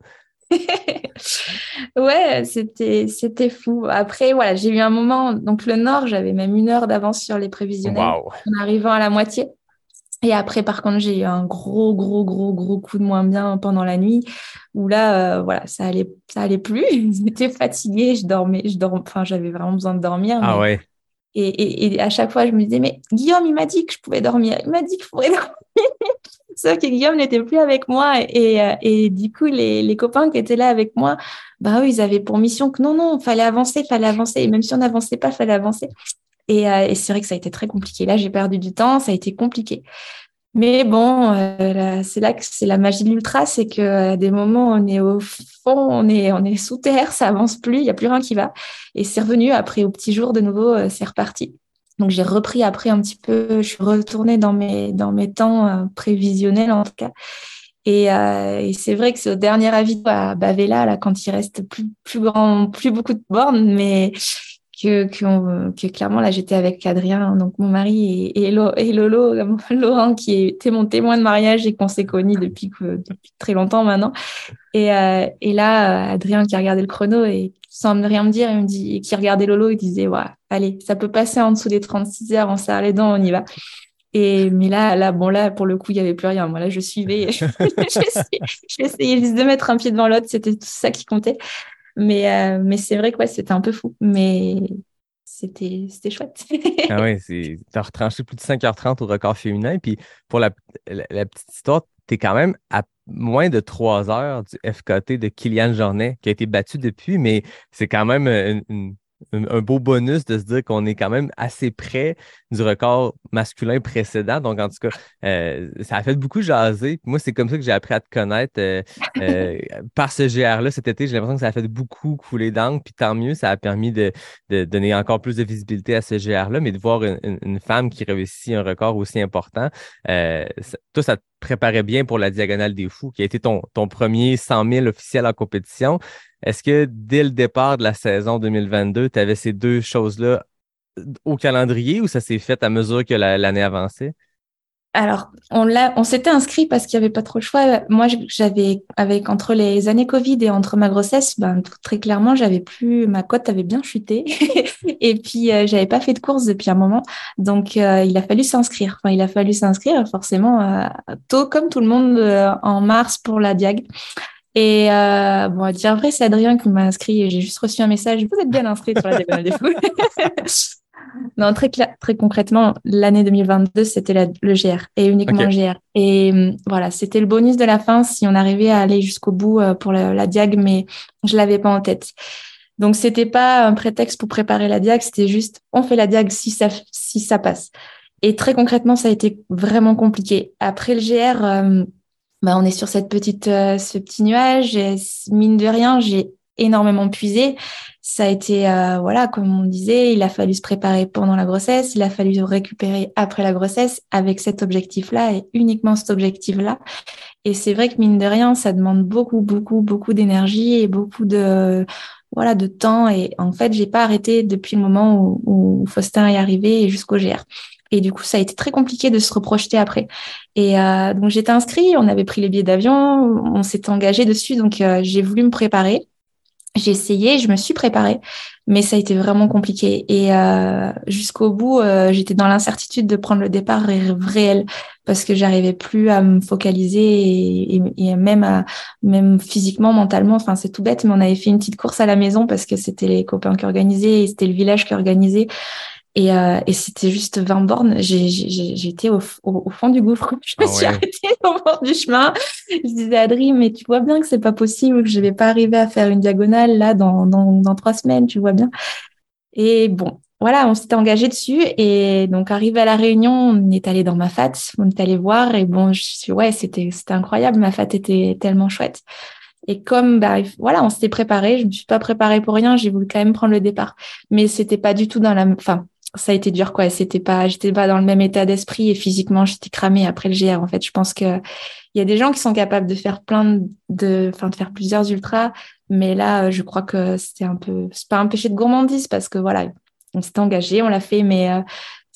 Ouais, c'était, c'était fou. Après, voilà, j'ai eu un moment, donc le Nord, j'avais même une heure d'avance sur les prévisionnels Wow. en arrivant à la moitié. Et après, par contre, j'ai eu un gros, gros, gros, gros coup de moins bien pendant la nuit où là, euh, voilà, ça allait, ça allait plus. J'étais fatiguée, je dormais, je dorm... enfin, j'avais vraiment besoin de dormir, Ah mais ouais. et, et, et à chaque fois, je me disais, mais Guillaume, il m'a dit que je pouvais dormir. Il m'a dit que je pourrais dormir. Sauf que Guillaume n'était plus avec moi. Et, euh, et du coup, les, les copains qui étaient là avec moi, bah eux, ils avaient pour mission que non, non, fallait avancer, fallait avancer. Et même si on n'avançait pas, fallait avancer. Et, euh, et c'est vrai que ça a été très compliqué. Là, j'ai perdu du temps, ça a été compliqué. Mais bon, euh, là, c'est là que c'est la magie de l'ultra, c'est que à des moments, on est au fond, on est, on est sous terre, ça avance plus, il n'y a plus rien qui va. Et c'est revenu après au petit jour de nouveau, euh, c'est reparti. Donc j'ai repris après un petit peu, je suis retournée dans mes, dans mes temps euh, prévisionnels en tout cas. Et, euh, et c'est vrai que c'est au dernier avis à Bavela, là, quand il reste plus, plus grand, plus beaucoup de bornes, mais que, que, on- que clairement, là, j'étais avec Adrien, donc mon mari, et, et, Lo- et Lolo, Laurent, qui était mon témoin de mariage et qu'on s'est connus depuis, que, depuis très longtemps maintenant. Et, euh, et là, euh, Adrien qui a regardé le chrono et sans me rien me dire, il me dit, et qui regardait Lolo, il disait, ouais, allez, ça peut passer en dessous des trente-six heures, on serre les dents, on y va. Et, mais là, là, bon, là, pour le coup, il n'y avait plus rien. Moi, là, je suivais. J'essayais j'essayais juste de mettre un pied devant l'autre. C'était tout ça qui comptait. Mais, euh, mais c'est vrai que ouais, c'était un peu fou. Mais c'était, c'était chouette. Ah ouais, c'est. T'as retranché plus de cinq heures trente au record féminin. Puis pour la, la, la petite histoire, t'es quand même à moins de trois heures du F K T de Kylian Jornet, qui a été battu depuis, mais c'est quand même une, une- un un beau bonus de se dire qu'on est quand même assez près du record masculin précédent. Donc, en tout cas, euh, ça a fait beaucoup jaser. Puis moi, c'est comme ça que j'ai appris à te connaître euh, euh, par ce G R-là cet été. J'ai l'impression que ça a fait beaucoup couler d'encre. Puis tant mieux, ça a permis de, de donner encore plus de visibilité à ce G R-là, mais de voir une, une- une femme qui réussit un record aussi important, euh, ça- toi, ça te préparait bien pour la Diagonale des Fous, qui a été ton, ton premier cent mille officiel en compétition. Est-ce que dès le départ de la saison deux mille vingt-deux, tu avais ces deux choses-là au calendrier ou ça s'est fait à mesure que la- l'année avançait? Alors, on l'a, on s'était inscrit parce qu'il n'y avait pas trop le choix. Moi, j'avais, avec entre les années Covid et entre ma grossesse, ben, tout- très clairement, j'avais plus, ma cote avait bien chuté. Et puis, euh, j'avais pas fait de course depuis un moment. Donc, euh, il a fallu s'inscrire. Enfin, il a fallu s'inscrire forcément euh, tôt, comme tout le monde, euh, en mars pour la Diag. Et euh, bon, à dire vrai, c'est Adrien qui m'a inscrit et j'ai juste reçu un message. Vous êtes bien inscrit sur la Diagonale des Fous. Non, très, cla- très concrètement, l'année deux mille vingt-deux, c'était la- le G R et uniquement OK. le G R. Et hum, voilà, c'était le bonus de la fin si on arrivait à aller jusqu'au bout euh, pour la, la Diag, mais je l'avais pas en tête. Donc, c'était pas un prétexte pour préparer la Diag, c'était juste on fait la Diag si ça, si ça passe. Et très concrètement, ça a été vraiment compliqué. Après le G R, euh, bah, on est sur cette petite, euh, ce petit nuage. Et mine de rien, j'ai énormément puisé. Ça a été, euh, voilà, comme on disait, il a fallu se préparer pendant la grossesse, il a fallu récupérer après la grossesse avec cet objectif-là et uniquement cet objectif-là. Et c'est vrai que mine de rien, ça demande beaucoup, beaucoup, beaucoup d'énergie et beaucoup de, voilà, de temps. Et en fait, j'ai pas arrêté depuis le moment où, où Faustin est arrivé et jusqu'au G R. Et du coup, ça a été très compliqué de se reprojeter après. Et euh, donc, j'étais inscrite, on avait pris les billets d'avion, on s'était engagé dessus. Donc, euh, j'ai voulu me préparer. J'ai essayé, je me suis préparée, mais ça a été vraiment compliqué. Et euh, jusqu'au bout, euh, j'étais dans l'incertitude de prendre le départ ré- réel parce que j'arrivais plus à me focaliser et, et, et même à, même physiquement, mentalement. Enfin, c'est tout bête, mais on avait fait une petite course à la maison parce que c'était les copains qui organisaient et c'était le village qui organisait. Et, euh, et c'était juste vingt bornes. J'ai, j'ai, j'étais au, au, au fond du gouffre. Je me Ah suis ouais. arrêtée au bord du chemin. Je disais à Adrien, mais tu vois bien que c'est pas possible, que je vais pas arriver à faire une diagonale là dans, dans, dans trois semaines, tu vois bien. Et bon, voilà, on s'était engagé dessus. Et donc, arrivé à la réunion, on est allé dans ma fat, on est allé voir. Et bon, je suis, ouais, c'était, c'était incroyable. Ma fat était tellement chouette. Et comme, bah, voilà, on s'était préparé, je me suis pas préparée pour rien, j'ai voulu quand même prendre le départ. Mais c'était pas du tout dans la, enfin, ça a été dur, quoi. C'était pas, j'étais pas dans le même état d'esprit et physiquement, j'étais cramée après le G R. En fait, je pense que il y a des gens qui sont capables de faire plein de, enfin, de faire plusieurs ultras. Mais là, je crois que c'était un peu, c'est pas un péché de gourmandise parce que voilà, on s'était engagé, on l'a fait, mais euh,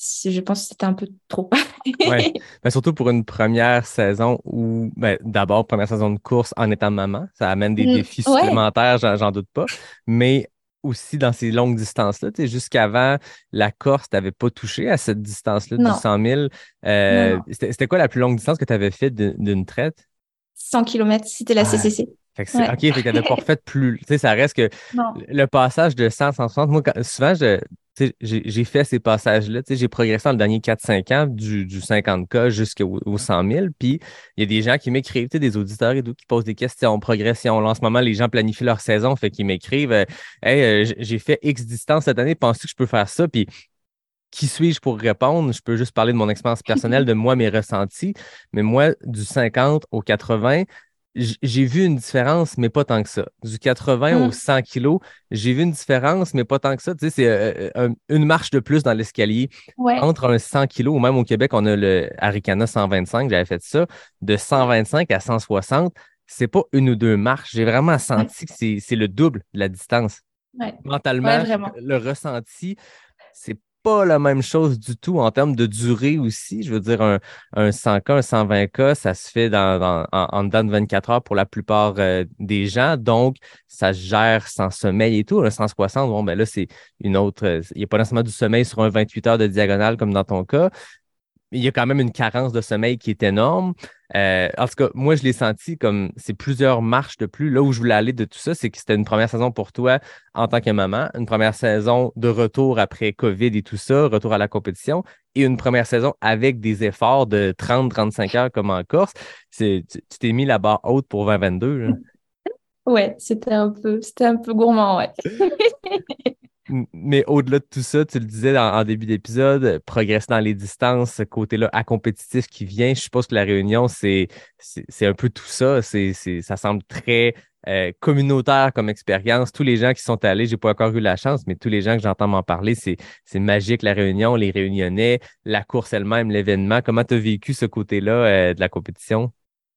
je pense que c'était un peu trop. Oui, ben, surtout pour une première saison où, ben, d'abord, première saison de course en étant maman, ça amène des Mm, défis ouais, supplémentaires, j'en, j'en doute pas, mais aussi dans ces longues distances-là, tu sais, jusqu'avant, la Corse, tu n'avais pas touché à cette distance-là du non, cent mille. non, Euh, non. c'était, c'était quoi la plus longue distance que tu avais faite d'une, d'une traite? cent kilomètres, c'était la Ah, C C C. fait que c'est, Ouais. OK, fait que t'avais pas refait plus. Tu sais, ça reste que Non. le passage de cent à cent soixante, moi, quand- souvent, je, tu sais, j'ai, j'ai fait ces passages-là. Tu sais, j'ai progressé dans le dernier quatre cinq ans, du, du cinquante K jusqu'au au cent mille. Puis, il y a des gens qui m'écrivent, tu sais, des auditeurs et tout, qui posent des questions, progression. Là, en ce moment, les gens planifient leur saison, fait qu'ils m'écrivent, euh, Hey, euh, j- j'ai fait X distance cette année, penses-tu que je peux faire ça? Puis, qui suis-je pour répondre? Je peux juste parler de mon expérience personnelle, de moi, mes ressentis. Mais moi, du cinquante au quatre-vingts, j- j'ai vu une différence, mais pas tant que ça. Du quatre-vingts au Mm, cent kilos, j'ai vu une différence, mais pas tant que ça. Tu sais, c'est euh, euh, un- une marche de plus dans l'escalier. ouais. Entre un cent kilos, ou même au Québec, on a le Arikana cent vingt-cinq, j'avais fait ça, de cent vingt-cinq à cent soixante, c'est pas une ou deux marches. J'ai vraiment Ouais. senti que c'est c'est le double de la distance. Ouais. Ouais, Mentalement, vraiment. le ressenti, c'est pas la même chose du tout en termes de durée aussi. Je veux dire, un, un cent K, un cent vingt K, ça se fait dans, dans- en, en dedans de vingt-quatre heures pour la plupart euh, des gens. Donc, ça se gère sans sommeil et tout. Un cent soixante, bon, ben là, c'est une autre. euh, Il n'y a pas nécessairement du sommeil sur un vingt-huit heures de diagonale comme dans ton cas. Il y a quand même une carence de sommeil qui est énorme. Euh, en tout cas, moi, je l'ai senti comme c'est plusieurs marches de plus. Là où je voulais aller de tout ça, c'est que c'était une première saison pour toi en tant que maman, une première saison de retour après COVID et tout ça, retour à la compétition, et une première saison avec des efforts de trente à trente-cinq heures comme en Corse. C'est, tu tu t'es mis la barre haute pour vingt vingt-deux, là. Ouais, c'était un peu, c'était un peu gourmand, ouais. M- Mais au-delà de tout ça, tu le disais dans- en début d'épisode, euh, progresser dans les distances, ce côté-là à compétitif qui vient. Je suppose que la Réunion, c'est c'est c'est un peu tout ça. C'est, c'est, ça semble très euh, communautaire comme expérience. Tous les gens qui sont allés, j'ai pas encore eu la chance, mais tous les gens que j'entends m'en parler, c'est c'est magique, la Réunion, les Réunionnais, la course elle-même, l'événement. Comment tu as vécu ce côté-là euh, de la compétition?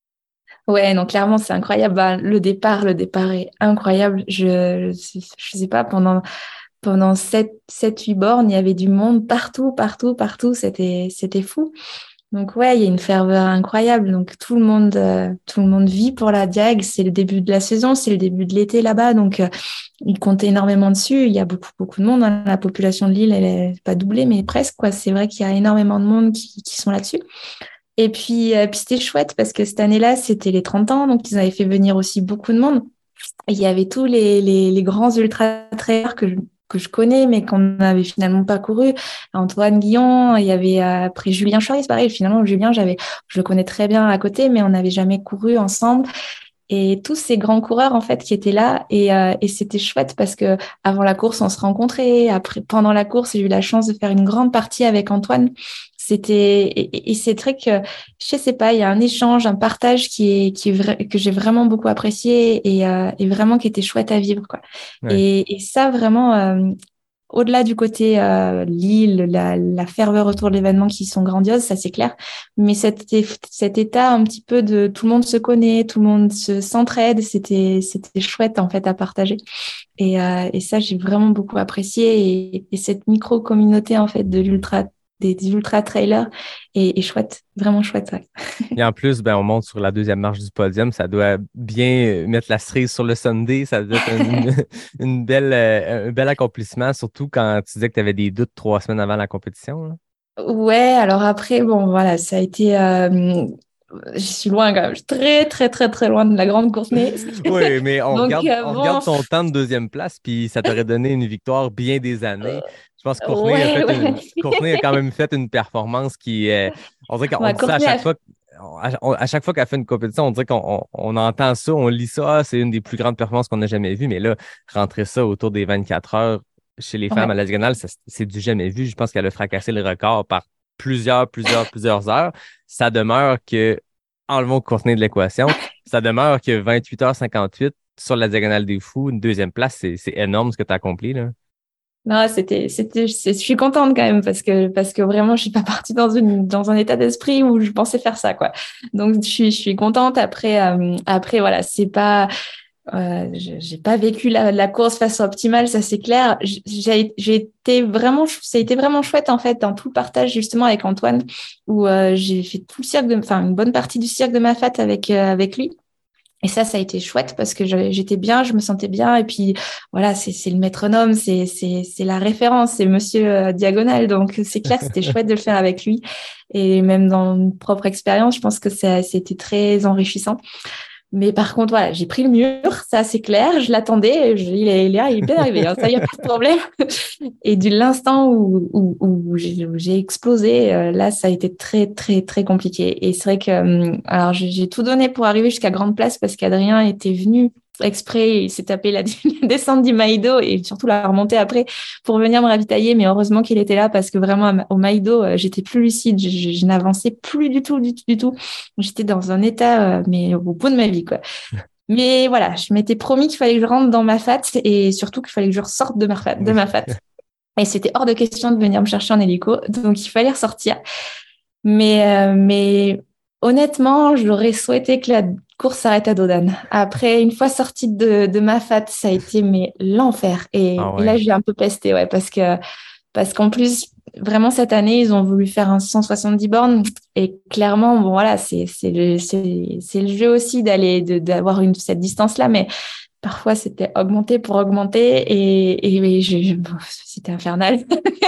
Ouais, non, clairement, c'est incroyable. Bah, le départ, le départ est incroyable. Je, je, je sais pas, pendant, pendant sept sept huit bornes, il y avait du monde partout, partout, partout. C'était, c'était fou. Donc, ouais, il y a une ferveur incroyable. Donc, tout le monde, euh, tout le monde vit pour la Diag. C'est le début de la saison, c'est le début de l'été là-bas. Donc, euh, ils comptaient énormément dessus. Il y a beaucoup, beaucoup de monde, hein. La population de l'île, elle est pas doublée, mais presque, quoi. C'est vrai qu'il y a énormément de monde qui, qui sont là-dessus. Et puis, euh, puis c'était chouette parce que cette année-là, c'était les trente ans, donc ils avaient fait venir aussi beaucoup de monde. Et il y avait tous les, les, les grands ultra-trailers que je, que je connais, mais qu'on n'avait finalement pas couru. Antoine Guillon, il y avait euh, après Julien Choris, pareil. Finalement, Julien, j'avais, je le connais très bien à côté, mais on n'avait jamais couru ensemble. Et tous ces grands coureurs en fait qui étaient là et, euh, et c'était chouette parce que avant la course on se rencontrait, après pendant la course j'ai eu la chance de faire une grande partie avec Antoine. C'était et, et c'est très que je sais pas, il y a un échange, un partage qui est qui est vrai, que j'ai vraiment beaucoup apprécié et, euh, et vraiment qui était chouette à vivre quoi. Ouais. Et, et ça vraiment euh, au-delà du côté euh, Lille, la, la ferveur autour de l'événement qui sont grandioses, ça c'est clair. Mais cet, cet état un petit peu de tout le monde se connaît, tout le monde se s'entraide, c'était c'était chouette en fait à partager. Et, euh, et ça j'ai vraiment beaucoup apprécié. Et, et cette micro communauté en fait de l'ultra des, des ultra trailers est, est chouette, vraiment chouette. Ouais. Et en plus, ben, on monte sur la deuxième marche du podium. Ça doit bien mettre la cerise sur le Sunday. Ça doit être une, une belle, euh, un bel accomplissement, surtout quand tu disais que tu avais des doutes trois semaines avant la compétition, là. Ouais, alors après, bon, voilà, ça a été. Euh, je suis loin quand même. Je suis très, très, très, très loin de la grande course. Mais... Oui, mais on Donc, regarde, euh, on bon. regarde ton temps de deuxième place, puis ça t'aurait donné une victoire bien des années. Je pense que Courtney a Ouais, fait ouais. une, Courtney a quand même fait une performance qui est. On dirait qu'on Ma dit ça à Courtenay chaque a- fois. À, on- à chaque fois qu'elle fait une compétition, on dirait qu'on on, on entend ça, on lit ça, ah, c'est une des plus grandes performances qu'on a jamais vues. Mais là, rentrer ça autour des vingt-quatre heures chez les femmes Ouais. à la diagonale, ça, c'est du jamais vu. Je pense qu'elle a fracassé le record par plusieurs, plusieurs, plusieurs heures. Ça demeure que, enlevons Courtney de l'équation, ça demeure que vingt-huit heures cinquante-huit sur la diagonale des fous, une deuxième place, c'est c'est énorme ce que tu as accompli, là. Non, c'était, c'était, c'est- je suis contente quand même parce que, parce que vraiment, je suis pas partie dans une, dans un état d'esprit où je pensais faire ça, quoi. Donc, je suis, je suis contente. Après, euh, après, voilà, c'est pas, Euh, je- j'ai pas vécu la, la course façon optimale, ça c'est clair. J- J'ai, j'ai été vraiment, ça a été vraiment chouette en fait dans tout le partage justement avec Antoine, où euh, j'ai fait tout le cirque, de, enfin une bonne partie du cirque de Mafate avec euh, avec lui. Et ça, ça a été chouette parce que je- j'étais bien, je me sentais bien. Et puis voilà, c'est c'est le métronome, c'est c'est c'est la référence, c'est Monsieur euh, Diagonal. Donc c'est clair, que c'était chouette de le faire avec lui. Et même dans une propre expérience, je pense que ça c'était très enrichissant. Mais par contre, voilà, j'ai pris le mur, ça c'est clair, je l'attendais, je- il est, il est, il est bien arrivé, hein, ça, il n'y a pas de problème. Et de l'instant où, où, où j'ai où j'ai explosé, euh, là, ça a été très, très, très compliqué. Et c'est vrai que, hum, alors, j'ai j'ai tout donné pour arriver jusqu'à Grande Place parce qu'Adrien était venu exprès, il s'est tapé la, la descente du Maïdo et surtout la remontée après pour venir me ravitailler. Mais heureusement qu'il était là parce que vraiment, au Maïdo, euh, j'étais plus lucide, je, je, je n'avançais plus du tout, du tout, du tout. J'étais dans un état, euh, mais au bout de ma vie, quoi. Mais voilà, je m'étais promis qu'il fallait que je rentre dans ma fat et surtout qu'il fallait que je ressorte de ma fat, de Oui. ma fat. Et c'était hors de question de venir me chercher en hélico, donc il fallait ressortir. Mais, euh, mais honnêtement, j'aurais souhaité que la course s'arrête à Dodane. Après, une fois sortie de, de ma fat, ça a été mais l'enfer. Et, Ah et là, ouais. j'ai un peu pesté, ouais, parce que parce qu'en plus, vraiment cette année, ils ont voulu faire un cent soixante-dix bornes et clairement, bon voilà, c'est c'est le c'est c'est le jeu aussi d'aller de d'avoir une cette distance-là, mais parfois c'était augmenter pour augmenter et et, et je, je- c'était infernal.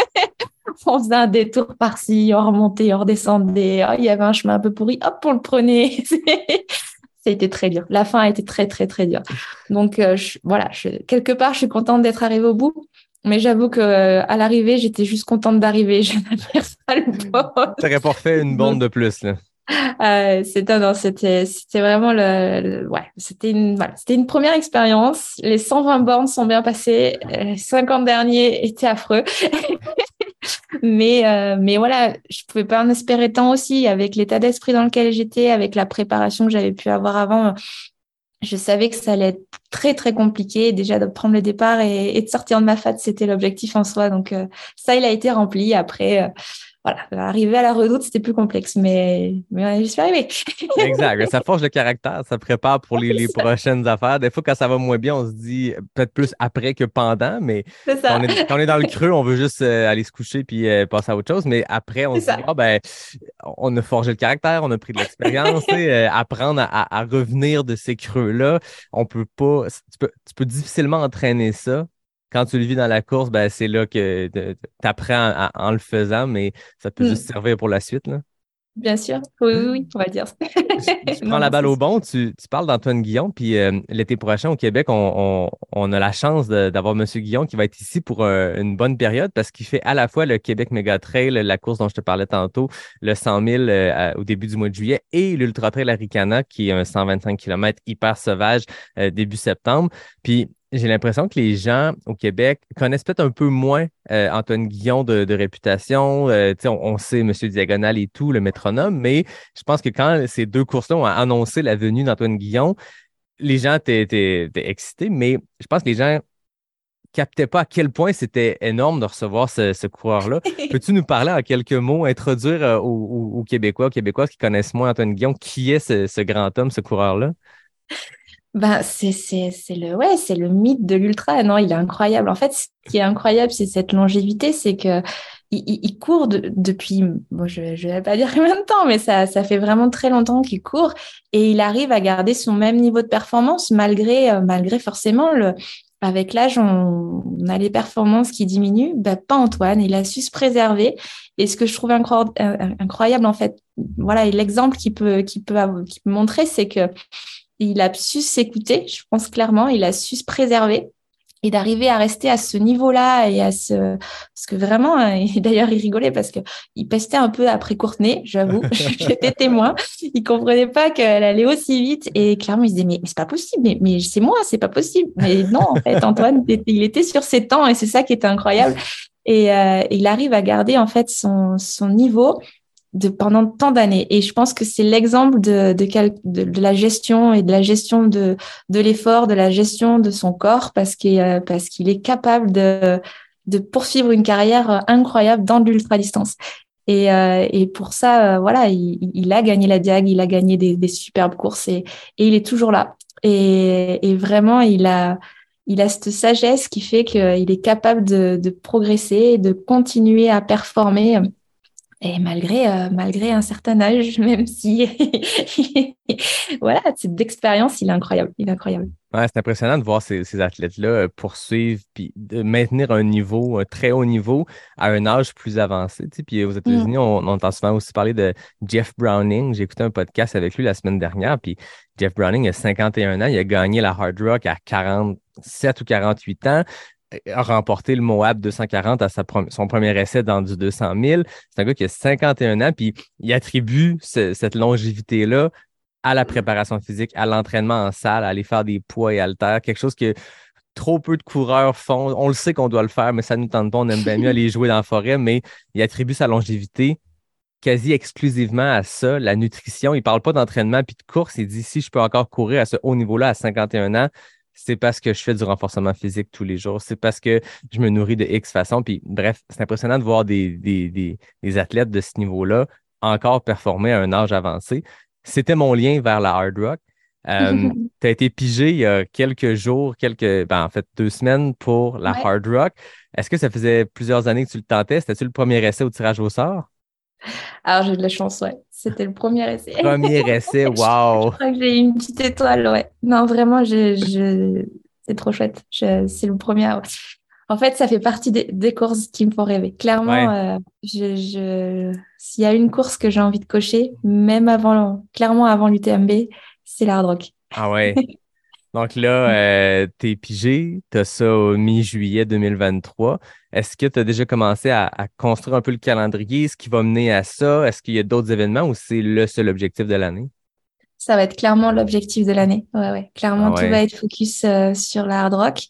On faisait un détour par-ci, on remontait, on redescendait. Oh, il y avait un chemin un peu pourri, hop, on le prenait. Ça a été très dur. La fin a été très, très, très dure. Donc, euh, je- voilà, je- quelque part, je suis contente d'être arrivée au bout. Mais j'avoue que euh, à l'arrivée, j'étais juste contente d'arriver. Je n'admire pas le poste. T'aurais pas refait une bande Donc, de plus, là. euh, c'était, non, c'était, c'était vraiment le, le- ouais, c'était une, voilà, c'était une première expérience. Les cent vingt bornes sont bien passées. Euh, Les cinquante derniers étaient affreux. Mais, euh, mais voilà, je pouvais pas en espérer tant aussi avec l'état d'esprit dans lequel j'étais, avec la préparation que j'avais pu avoir avant. Je savais que ça allait être très, très compliqué. Déjà, de prendre le départ et, et de sortir de ma fat, c'était l'objectif en soi. Donc, euh, ça, il a été rempli. Après, euh, voilà, arriver à la Redoute, c'était plus complexe, mais, mais j'y suis arrivée. Exact. Ça forge le caractère, ça prépare pour les, les C'est ça. prochaines affaires. Des fois, quand ça va moins bien, on se dit euh, peut-être plus après que pendant, mais C'est quand ça. on est, quand on est dans le creux, on veut juste euh, aller se coucher puis euh, passer à autre chose. Mais après, on C'est se dit, ça. ah ben, on a forgé le caractère, on a pris de l'expérience, tu sais, euh, apprendre à, à revenir de ces creux-là. On peut pas, tu peux, tu peux difficilement entraîner ça. Quand tu le vis dans la course, ben, c'est là que tu apprends en le faisant, mais ça peut juste Mm. servir pour la suite, là. Bien sûr. Oui, oui, oui, on va dire. Je, je prends Non, la non, balle c'est au sûr. bon. Tu, tu parles d'Antoine Guillon, puis euh, l'été prochain au Québec, on, on- on a la chance de- d'avoir M. Guillon qui va être ici pour euh, une bonne période parce qu'il fait à la fois le Québec Méga Trail, la course dont je te parlais tantôt, le cent mille euh, à- au début du mois de juillet, et l'Ultra Trail Aricana, qui est un cent vingt-cinq kilomètres hyper sauvage euh, début septembre. Puis j'ai l'impression que les gens au Québec connaissent peut-être un peu moins euh, Antoine Guillon de, de réputation. Euh, tu sais, on, on sait M. Diagonal et tout, le métronome, mais je pense que quand ces deux courses-là ont annoncé la venue d'Antoine Guillon, les gens étaient, étaient- étaient excités, mais je pense que les gens captaient pas à quel point c'était énorme de recevoir ce, ce coureur-là. Peux-tu nous parler en quelques mots, introduire euh, aux, aux- aux Québécois, aux Québécoises qui connaissent moins Antoine Guillon, qui est ce, ce grand homme, ce coureur-là? Ben, c'est, c'est, c'est le, ouais, c'est le mythe de l'ultra. Non, il est incroyable. En fait, ce qui est incroyable, c'est cette longévité, c'est que il, il- il court de- depuis, bon, je, je vais pas dire combien de temps, mais ça, ça fait vraiment très longtemps qu'il court et il arrive à garder son même niveau de performance malgré, euh, malgré forcément le, avec l'âge, on, on a les performances qui diminuent. Ben, pas Antoine. Il a su se préserver. Et ce que je trouve incro- euh, incroyable, en fait, voilà, et l'exemple qu'il peut, qu'il peut, avoir- qu'il peut montrer, c'est que il a su s'écouter, je pense clairement, il a su se préserver et d'arriver à rester à ce niveau-là et à ce parce que vraiment hein, et d'ailleurs il rigolait parce que il pestait un peu après Courtenay, j'avoue, j'étais témoin, il comprenait pas qu'elle allait aussi vite et clairement il se disait mais, mais c'est pas possible, mais, mais c'est moi, c'est pas possible. Mais non, en fait Antoine il était, il était sur ses temps et c'est ça qui était incroyable et euh, il arrive à garder en fait son son niveau de pendant tant d'années. Et je pense que c'est l'exemple de, de, quel- de, de la gestion et de la gestion de, de l'effort, de la gestion de son corps, parce qu'il, euh, parce qu'il est capable de, de poursuivre une carrière incroyable dans de l'ultra-distance. Et, euh, et pour ça, euh, voilà, il, il a gagné la Diag, il a gagné des, des superbes courses et, et il est toujours là. Et, et vraiment, il a, il a cette sagesse qui fait qu'il est capable de, de progresser, de continuer à performer. Et malgré, euh, malgré un certain âge, même si, voilà, c'est d'expérience, il est incroyable, il est incroyable. Ouais, c'est impressionnant de voir ces, ces athlètes-là euh, poursuivre puis de maintenir un niveau, un très haut niveau à un âge plus avancé. Tu sais. Puis aux Mm. États-Unis, on, on entend souvent aussi parler de Jeff Browning. J'ai écouté un podcast avec lui la semaine dernière. Puis Jeff Browning a cinquante et un ans. Il a gagné la Hard Rock à quarante-sept ou quarante-huit ans. A remporté le Moab deux cent quarante à sa prom- son premier essai dans du deux cent mille. C'est un gars qui a cinquante et un ans. Puis il attribue ce- cette longévité-là à la préparation physique, à l'entraînement en salle, à aller faire des poids et haltères, quelque chose que trop peu de coureurs font. On le sait qu'on doit le faire, mais ça ne nous tente pas. On aime bien mieux aller jouer dans la forêt, mais il attribue sa longévité quasi exclusivement à ça, la nutrition. Il ne parle pas d'entraînement puis de course. Il dit si je peux encore courir à ce haut niveau-là à cinquante et un ans, c'est parce que je fais du renforcement physique tous les jours. C'est parce que je me nourris de X façon. Puis bref, c'est impressionnant de voir des, des, des, des athlètes de ce niveau-là encore performer à un âge avancé. C'était mon lien vers la hard rock. Euh, tu as été pigé il y a quelques jours, quelques, ben, en fait deux semaines pour la Ouais. hard rock. Est-ce que ça faisait plusieurs années que tu le tentais? C'était-tu le premier essai au tirage au sort? Alors, j'ai de la chance, ouais. C'était le premier essai. Premier essai, Je wow! crois que j'ai eu une petite étoile, ouais. Non, vraiment, je, je... c'est trop chouette. Je... C'est le premier. Ouais. En fait, ça fait partie des, des courses qui me font rêver. Clairement, Ouais. euh, je, je... s'il y a une course que j'ai envie de cocher, même avant, clairement avant l'U T M B, c'est la hard rock. Ah ouais. Donc là, euh, t'es pigé, t'as ça au mi-juillet deux mille vingt-trois. Est-ce que tu as déjà commencé à, à construire un peu le calendrier, ce qui va mener à ça? Est-ce qu'il y a d'autres événements ou c'est le seul objectif de l'année? Ça va être clairement l'objectif de l'année. Ouais, ouais. Ah Clairement, tout va ouais. être focus euh, sur la hard rock.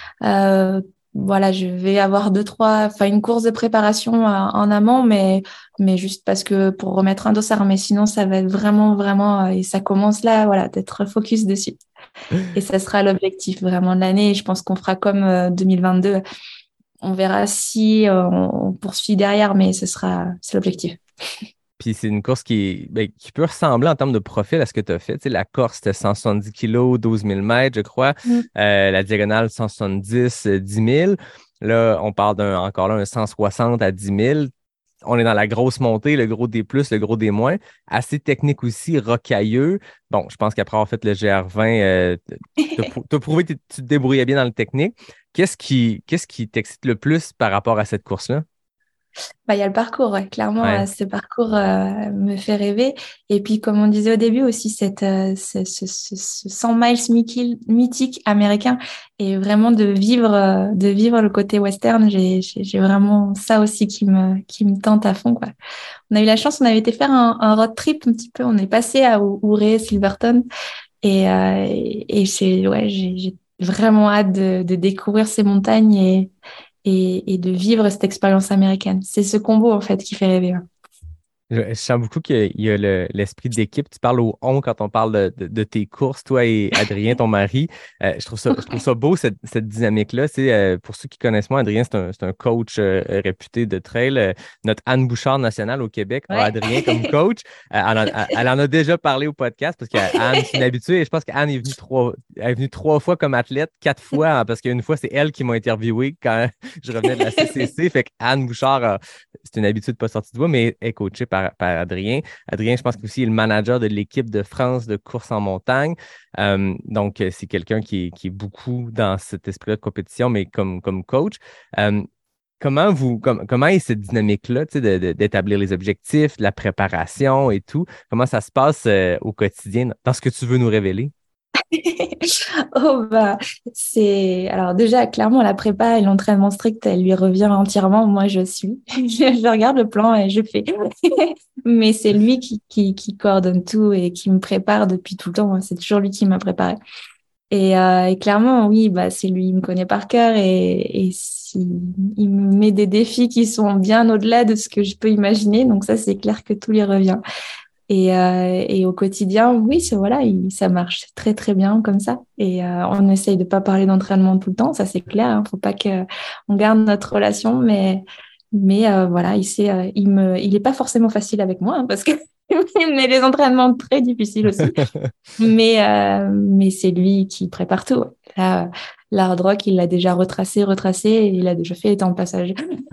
Euh, voilà, je vais avoir deux, trois, enfin une course de préparation euh, en amont, mais mais juste parce que pour remettre un dossard. Mais sinon, ça va être vraiment, vraiment, euh, et ça commence là, voilà, d'être focus dessus. Et ça sera l'objectif vraiment de l'année. Et je pense qu'on fera comme euh, deux mille vingt-deux. On verra si euh, on, on poursuit derrière, mais ce sera, c'est l'objectif. Puis c'est une course qui, ben, qui peut ressembler en termes de profil à ce que tu as fait. Tu sais, la course, c'était cent soixante-dix kilos, douze mille mètres, je crois. Mm. Euh, la diagonale, cent soixante-dix, euh, dix mille. Là, on parle d'un, encore là, un cent soixante à dix mille. On est dans la grosse montée, le gros des plus, le gros des moins. Assez technique aussi, rocailleux. Bon, je pense qu'après avoir fait le G R vingt, euh, tu as prouvé que tu te débrouillais bien dans le technique. Qu'est-ce qui, qu'est-ce qui t'excite le plus par rapport à cette course-là? Bah, il y a le parcours, ouais. Clairement, Ouais. euh, ce parcours euh, me fait rêver. Et puis, comme on disait au début aussi, cette, euh, ce, ce, ce, ce cent miles mythique, mythique américain et vraiment de vivre, euh, de vivre le côté western, j'ai, j'ai, j'ai vraiment ça aussi qui me, qui me tente à fond, quoi. On a eu la chance, on avait été faire un, un road trip un petit peu. On est passé à Ouray, Silverton. Et, euh, et, et c'est, ouais, j'ai, j'ai vraiment hâte de, de découvrir ces montagnes et, et, et de vivre cette expérience américaine. C'est ce combo, en fait, qui fait rêver. Hein. Je, je sens beaucoup qu'il y a le- l'esprit d'équipe. Tu parles au on quand on parle de, de- de tes courses, toi et Adrien, ton mari. Euh, je trouve ça, je trouve ça beau, cette, cette dynamique-là. C'est, euh, pour ceux qui connaissent moi, Adrien, c'est un, c'est un coach euh, réputé de trail. Euh, notre Anne Bouchard nationale au Québec a Ouais. Adrien comme coach. Euh, elle, en, elle en a déjà parlé au podcast parce qu'Anne, c'est une habituée. Et je pense qu'Anne est venue trois, elle est venue trois fois comme athlète, quatre fois, hein, parce qu'une fois, c'est elle qui m'a interviewé quand je revenais de la C C C. Fait qu'Anne Bouchard, a- c'est une habitude pas sortie de voix, mais est coachée par, par Adrien. Adrien, je pense qu'il est le manager de l'équipe de France de course en montagne. Euh, donc, euh, c'est quelqu'un qui est, qui est beaucoup dans cet esprit-là de compétition, mais comme, comme coach. Euh, comment vous, com- comment est cette dynamique-là, tu sais, de- de- d'établir les objectifs, de la préparation et tout? Comment ça se passe euh, au quotidien dans ce que tu veux nous révéler? Oh bah c'est alors déjà clairement la prépa et l'entraînement strict elle lui revient entièrement. Moi je suis je je regarde le plan et je fais mais c'est lui qui, qui qui coordonne tout et qui me prépare depuis tout le temps. C'est toujours lui qui m'a préparé et, euh, et clairement oui bah c'est lui, il me connaît par cœur et et si, il me met des défis qui sont bien au-delà de ce que je peux imaginer, donc ça c'est clair que tout lui revient. Et, euh, et au quotidien, oui, c'est voilà, il, ça marche très très bien comme ça. Et euh, on essaye de pas parler d'entraînement tout le temps, ça c'est clair. Hein, faut pas que on garde notre relation, mais mais euh, voilà, il sait, euh, il me, il est pas forcément facile avec moi hein, parce que mais les entraînements très difficiles aussi. Mais, euh, mais c'est lui qui prépare tout. Là, l'hard rock, il l'a déjà retracé, retracé, et il a déjà fait les temps de passage.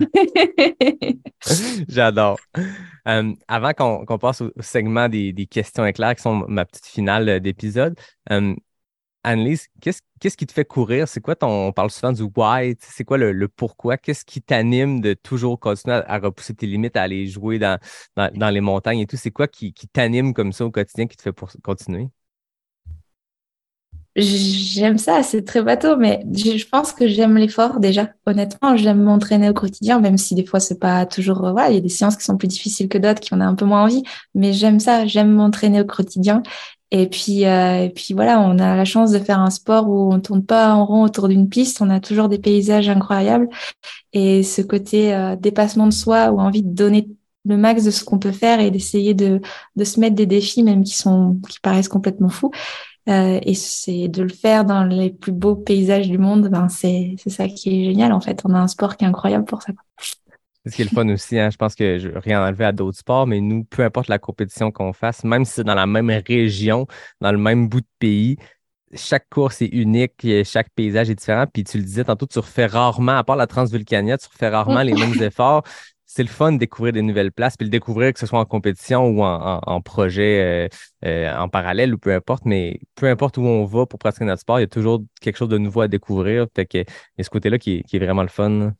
J'adore. Euh, avant qu'on qu'on passe au segment des, des questions éclairs, qui sont ma petite finale euh, d'épisode, euh, Annelise, qu'est-ce, qu'est-ce qui te fait courir? C'est quoi ton, on parle souvent du why, tu sais, c'est quoi le, le pourquoi? Qu'est-ce qui t'anime de toujours continuer à, à repousser tes limites, à aller jouer dans, dans, dans les montagnes et tout? C'est quoi qui, qui t'anime comme ça au quotidien, qui te fait pour continuer? J'aime ça, c'est très bateau, mais je je pense que j'aime l'effort déjà. Honnêtement, j'aime m'entraîner au quotidien, même si des fois c'est pas toujours. euh, Voilà, il y a des séances qui sont plus difficiles que d'autres, qui en a un peu moins envie. Mais j'aime ça, j'aime m'entraîner au quotidien. Et puis, euh, et puis voilà, on a la chance de faire un sport où on tourne pas en rond autour d'une piste. On a toujours des paysages incroyables et ce côté euh, dépassement de soi ou envie de donner le max de ce qu'on peut faire et d'essayer de de se mettre des défis même qui sont qui paraissent complètement fous. Euh, et c'est de le faire dans les plus beaux paysages du monde, ben c'est c'est ça qui est génial en fait. On a un sport qui est incroyable pour ça. C'est ce qui est le fun aussi, hein. Je pense que je veux rien enlever à d'autres sports, mais nous, peu importe la compétition qu'on fasse, même si c'est dans la même région, dans le même bout de pays, chaque course est unique, et chaque paysage est différent. Puis tu le disais tantôt, tu refais rarement, à part la Transvulcania, tu refais rarement les mêmes efforts. C'est le fun de découvrir des nouvelles places, puis le découvrir que ce soit en compétition ou en, en, en projet euh, euh, en parallèle ou peu importe, mais peu importe où on va pour pratiquer notre sport, il y a toujours quelque chose de nouveau à découvrir. Fait que il y a ce côté-là qui est, qui est vraiment le fun.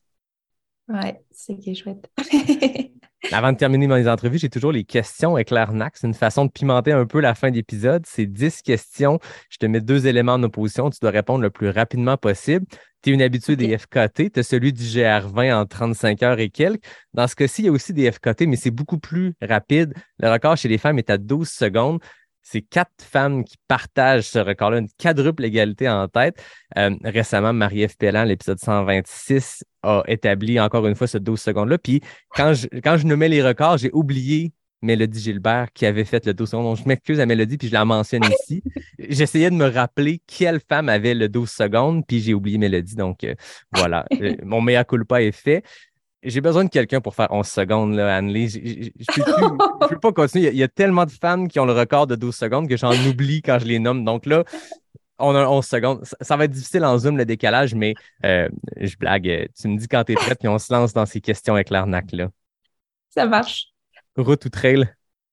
Ouais, c'est qui est chouette. Avant de terminer mes entrevues, j'ai toujours les questions éclair-nac. C'est une façon de pimenter un peu la fin d'épisode. C'est dix questions. Je te mets deux éléments en opposition. Tu dois répondre le plus rapidement possible. Tu es une habituée Ok. des F K T. Tu as celui du G R vingt en trente-cinq heures et quelques. Dans ce cas-ci, il y a aussi des F K T, mais c'est beaucoup plus rapide. Le record chez les femmes est à douze secondes. C'est quatre femmes qui partagent ce record-là, une quadruple égalité en tête. Euh, récemment, Marie-Ève Pelland, l'épisode cent vingt-six, a établi encore une fois ce douze secondes-là. Puis quand je, quand je nommais les records, j'ai oublié Mélodie Gilbert qui avait fait le douze secondes. Donc, je m'excuse à Mélodie, puis je la mentionne ici. J'essayais de me rappeler quelle femme avait le douze secondes, puis j'ai oublié Mélodie. Donc, euh, voilà. Euh, mon mea culpa est fait. J'ai besoin de quelqu'un pour faire onze secondes, là, Annelise. Je ne peux plus, je peux pas continuer. Il y, a, il y a tellement de femmes qui ont le record de douze secondes que j'en oublie quand je les nomme. Donc là, on a onze secondes. Ça, ça va être difficile en Zoom, le décalage, mais euh, je blague. Tu me dis quand tu es prête, puis on se lance dans ces questions éclair-nac, là. Ça marche. Route ou trail?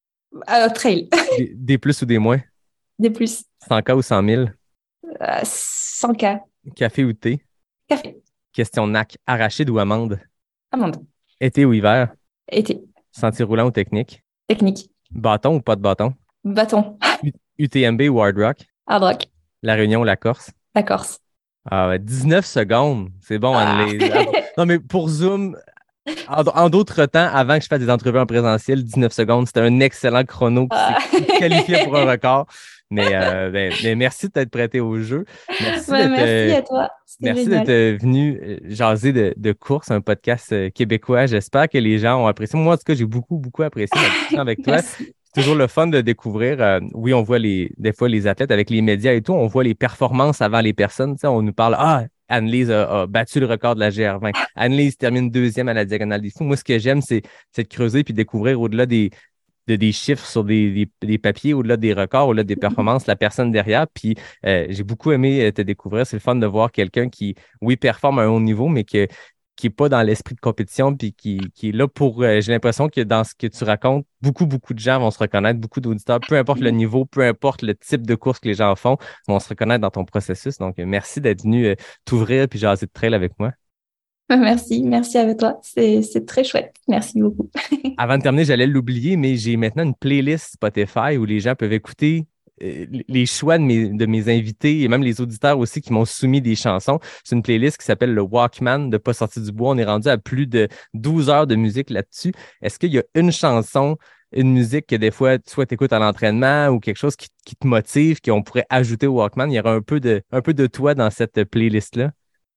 Euh, trail, Des, des plus ou des moins? des plus. cent K ou cent mille? Euh, cent K. Café ou thé? Café. Question nac. Arachide ou amande? Amande. Été ou hiver? Été. Sentier roulant ou technique? Technique. Bâton ou pas de bâton? Bâton. U- UTMB ou hard rock? Hard rock. La Réunion ou la Corse? La Corse. Ah, ouais, dix-neuf secondes. C'est bon, Ah. Annelise. Ah, non, mais pour Zoom, en, en d'autres temps, avant que je fasse des entrevues en présentiel, dix-neuf secondes, c'était un excellent chrono qui Ah. s'est qualifié pour un record. Mais, euh, ben, mais merci de t'être prêté au jeu. Merci Ouais, d'être, merci euh, à toi. C'était merci génial. d'être euh, venu euh, jaser de, de course, un podcast euh, québécois. J'espère que les gens ont apprécié. Moi, en tout cas, j'ai beaucoup, beaucoup apprécié la discussion avec toi. Merci. C'est toujours le fun de découvrir. euh, oui, on voit les, des fois les athlètes avec les médias et tout, on voit les performances avant les personnes. Tu sais, on nous parle, ah, Annelise a, a battu le record de la G R vingt. Annelise termine deuxième à la Diagonale des Fous. Moi, ce que j'aime, c'est, c'est de creuser puis découvrir au-delà des, de, des chiffres sur des, des, des papiers, au-delà des records, au-delà des performances, la personne derrière. Puis euh, j'ai beaucoup aimé euh, te découvrir. C'est le fun de voir quelqu'un qui, oui, performe à un haut niveau, mais que qui n'est pas dans l'esprit de compétition, puis qui, qui est là pour, euh, j'ai l'impression que dans ce que tu racontes, beaucoup, beaucoup de gens vont se reconnaître, beaucoup d'auditeurs, peu importe le niveau, peu importe le type de course que les gens font, vont se reconnaître dans ton processus. Donc, euh, merci d'être venu euh, t'ouvrir puis jaser de trail avec moi. Merci. Merci avec toi. C'est, c'est très chouette. Merci beaucoup. Avant de terminer, j'allais l'oublier, mais j'ai maintenant une playlist Spotify où les gens peuvent écouter euh, les choix de mes, de mes invités et même les auditeurs aussi qui m'ont soumis des chansons. C'est une playlist qui s'appelle le Walkman de Pas sorti du bois. On est rendu à plus de douze heures de musique là-dessus. Est-ce qu'il y a une chanson, une musique que des fois, soit tu écoutes à l'entraînement ou quelque chose qui, qui te motive, qu'on pourrait ajouter au Walkman? Il y aura un peu de, un peu de toi dans cette playlist-là.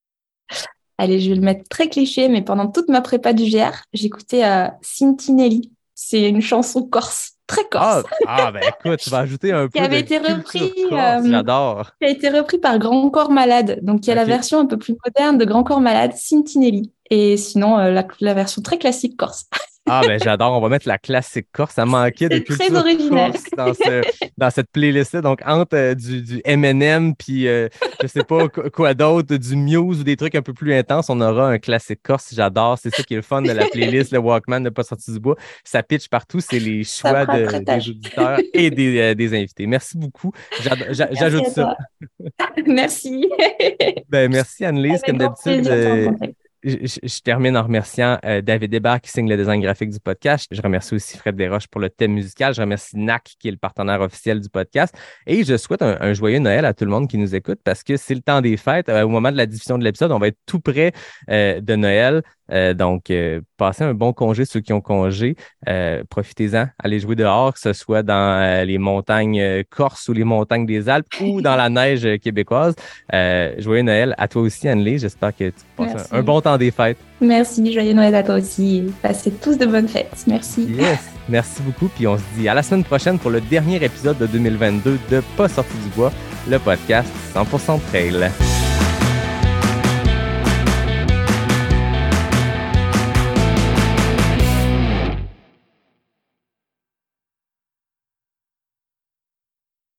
Allez, je vais le mettre très cliché, mais pendant toute ma prépa du G R, j'écoutais euh, Cintinelli. C'est une chanson corse, très corse, Ah, ah, ben écoute, tu vas ajouter un qui peu avait de été culture repris, corse. euh, J'adore. qui a été repris par Grand Corps Malade. Donc, il y a la OK. version un peu plus moderne de Grand Corps Malade, Cintinelli. Et sinon, euh, la, la version très classique corse. Ah, ben j'adore. On va mettre la classique corse. Ça manquait de culture très original. corse dans, ce, dans cette playlist-là. Donc, entre euh, du, du M and M puis, euh, je sais pas quoi d'autre, du Muse ou des trucs un peu plus intenses, on aura un classique corse. J'adore. C'est ça qui est le fun de la playlist, le Walkman de Pas sorti du bois. Ça pitch partout. C'est les choix de, des auditeurs et des, euh, des invités. Merci beaucoup. J'a, j'ajoute ça. Merci. Ben, merci, Anne-Lise. Comme d'habitude, euh, je, je, je termine en remerciant euh, David Hébert qui signe le design graphique du podcast. Je remercie aussi Fred Desroches pour le thème musical. Je remercie N A C qui est le partenaire officiel du podcast. Et je souhaite un, un joyeux Noël à tout le monde qui nous écoute parce que c'est le temps des fêtes. Euh, au moment de la diffusion de l'épisode, on va être tout près euh, de Noël. Euh, donc, euh, passez un bon congé, ceux qui ont congé. Euh, profitez-en, allez jouer dehors, que ce soit dans euh, les montagnes euh, corses ou les montagnes des Alpes ou dans la neige euh, québécoise. Euh, joyeux Noël à toi aussi, Anne-Lise. J'espère que tu passes un, un bon temps des fêtes. Merci, joyeux Noël à toi aussi. Passez tous de bonnes fêtes. Merci. Yes, merci beaucoup. Puis on se dit à la semaine prochaine pour le dernier épisode de deux mille vingt-deux de Pas sorti du bois, le podcast cent pour cent Trail.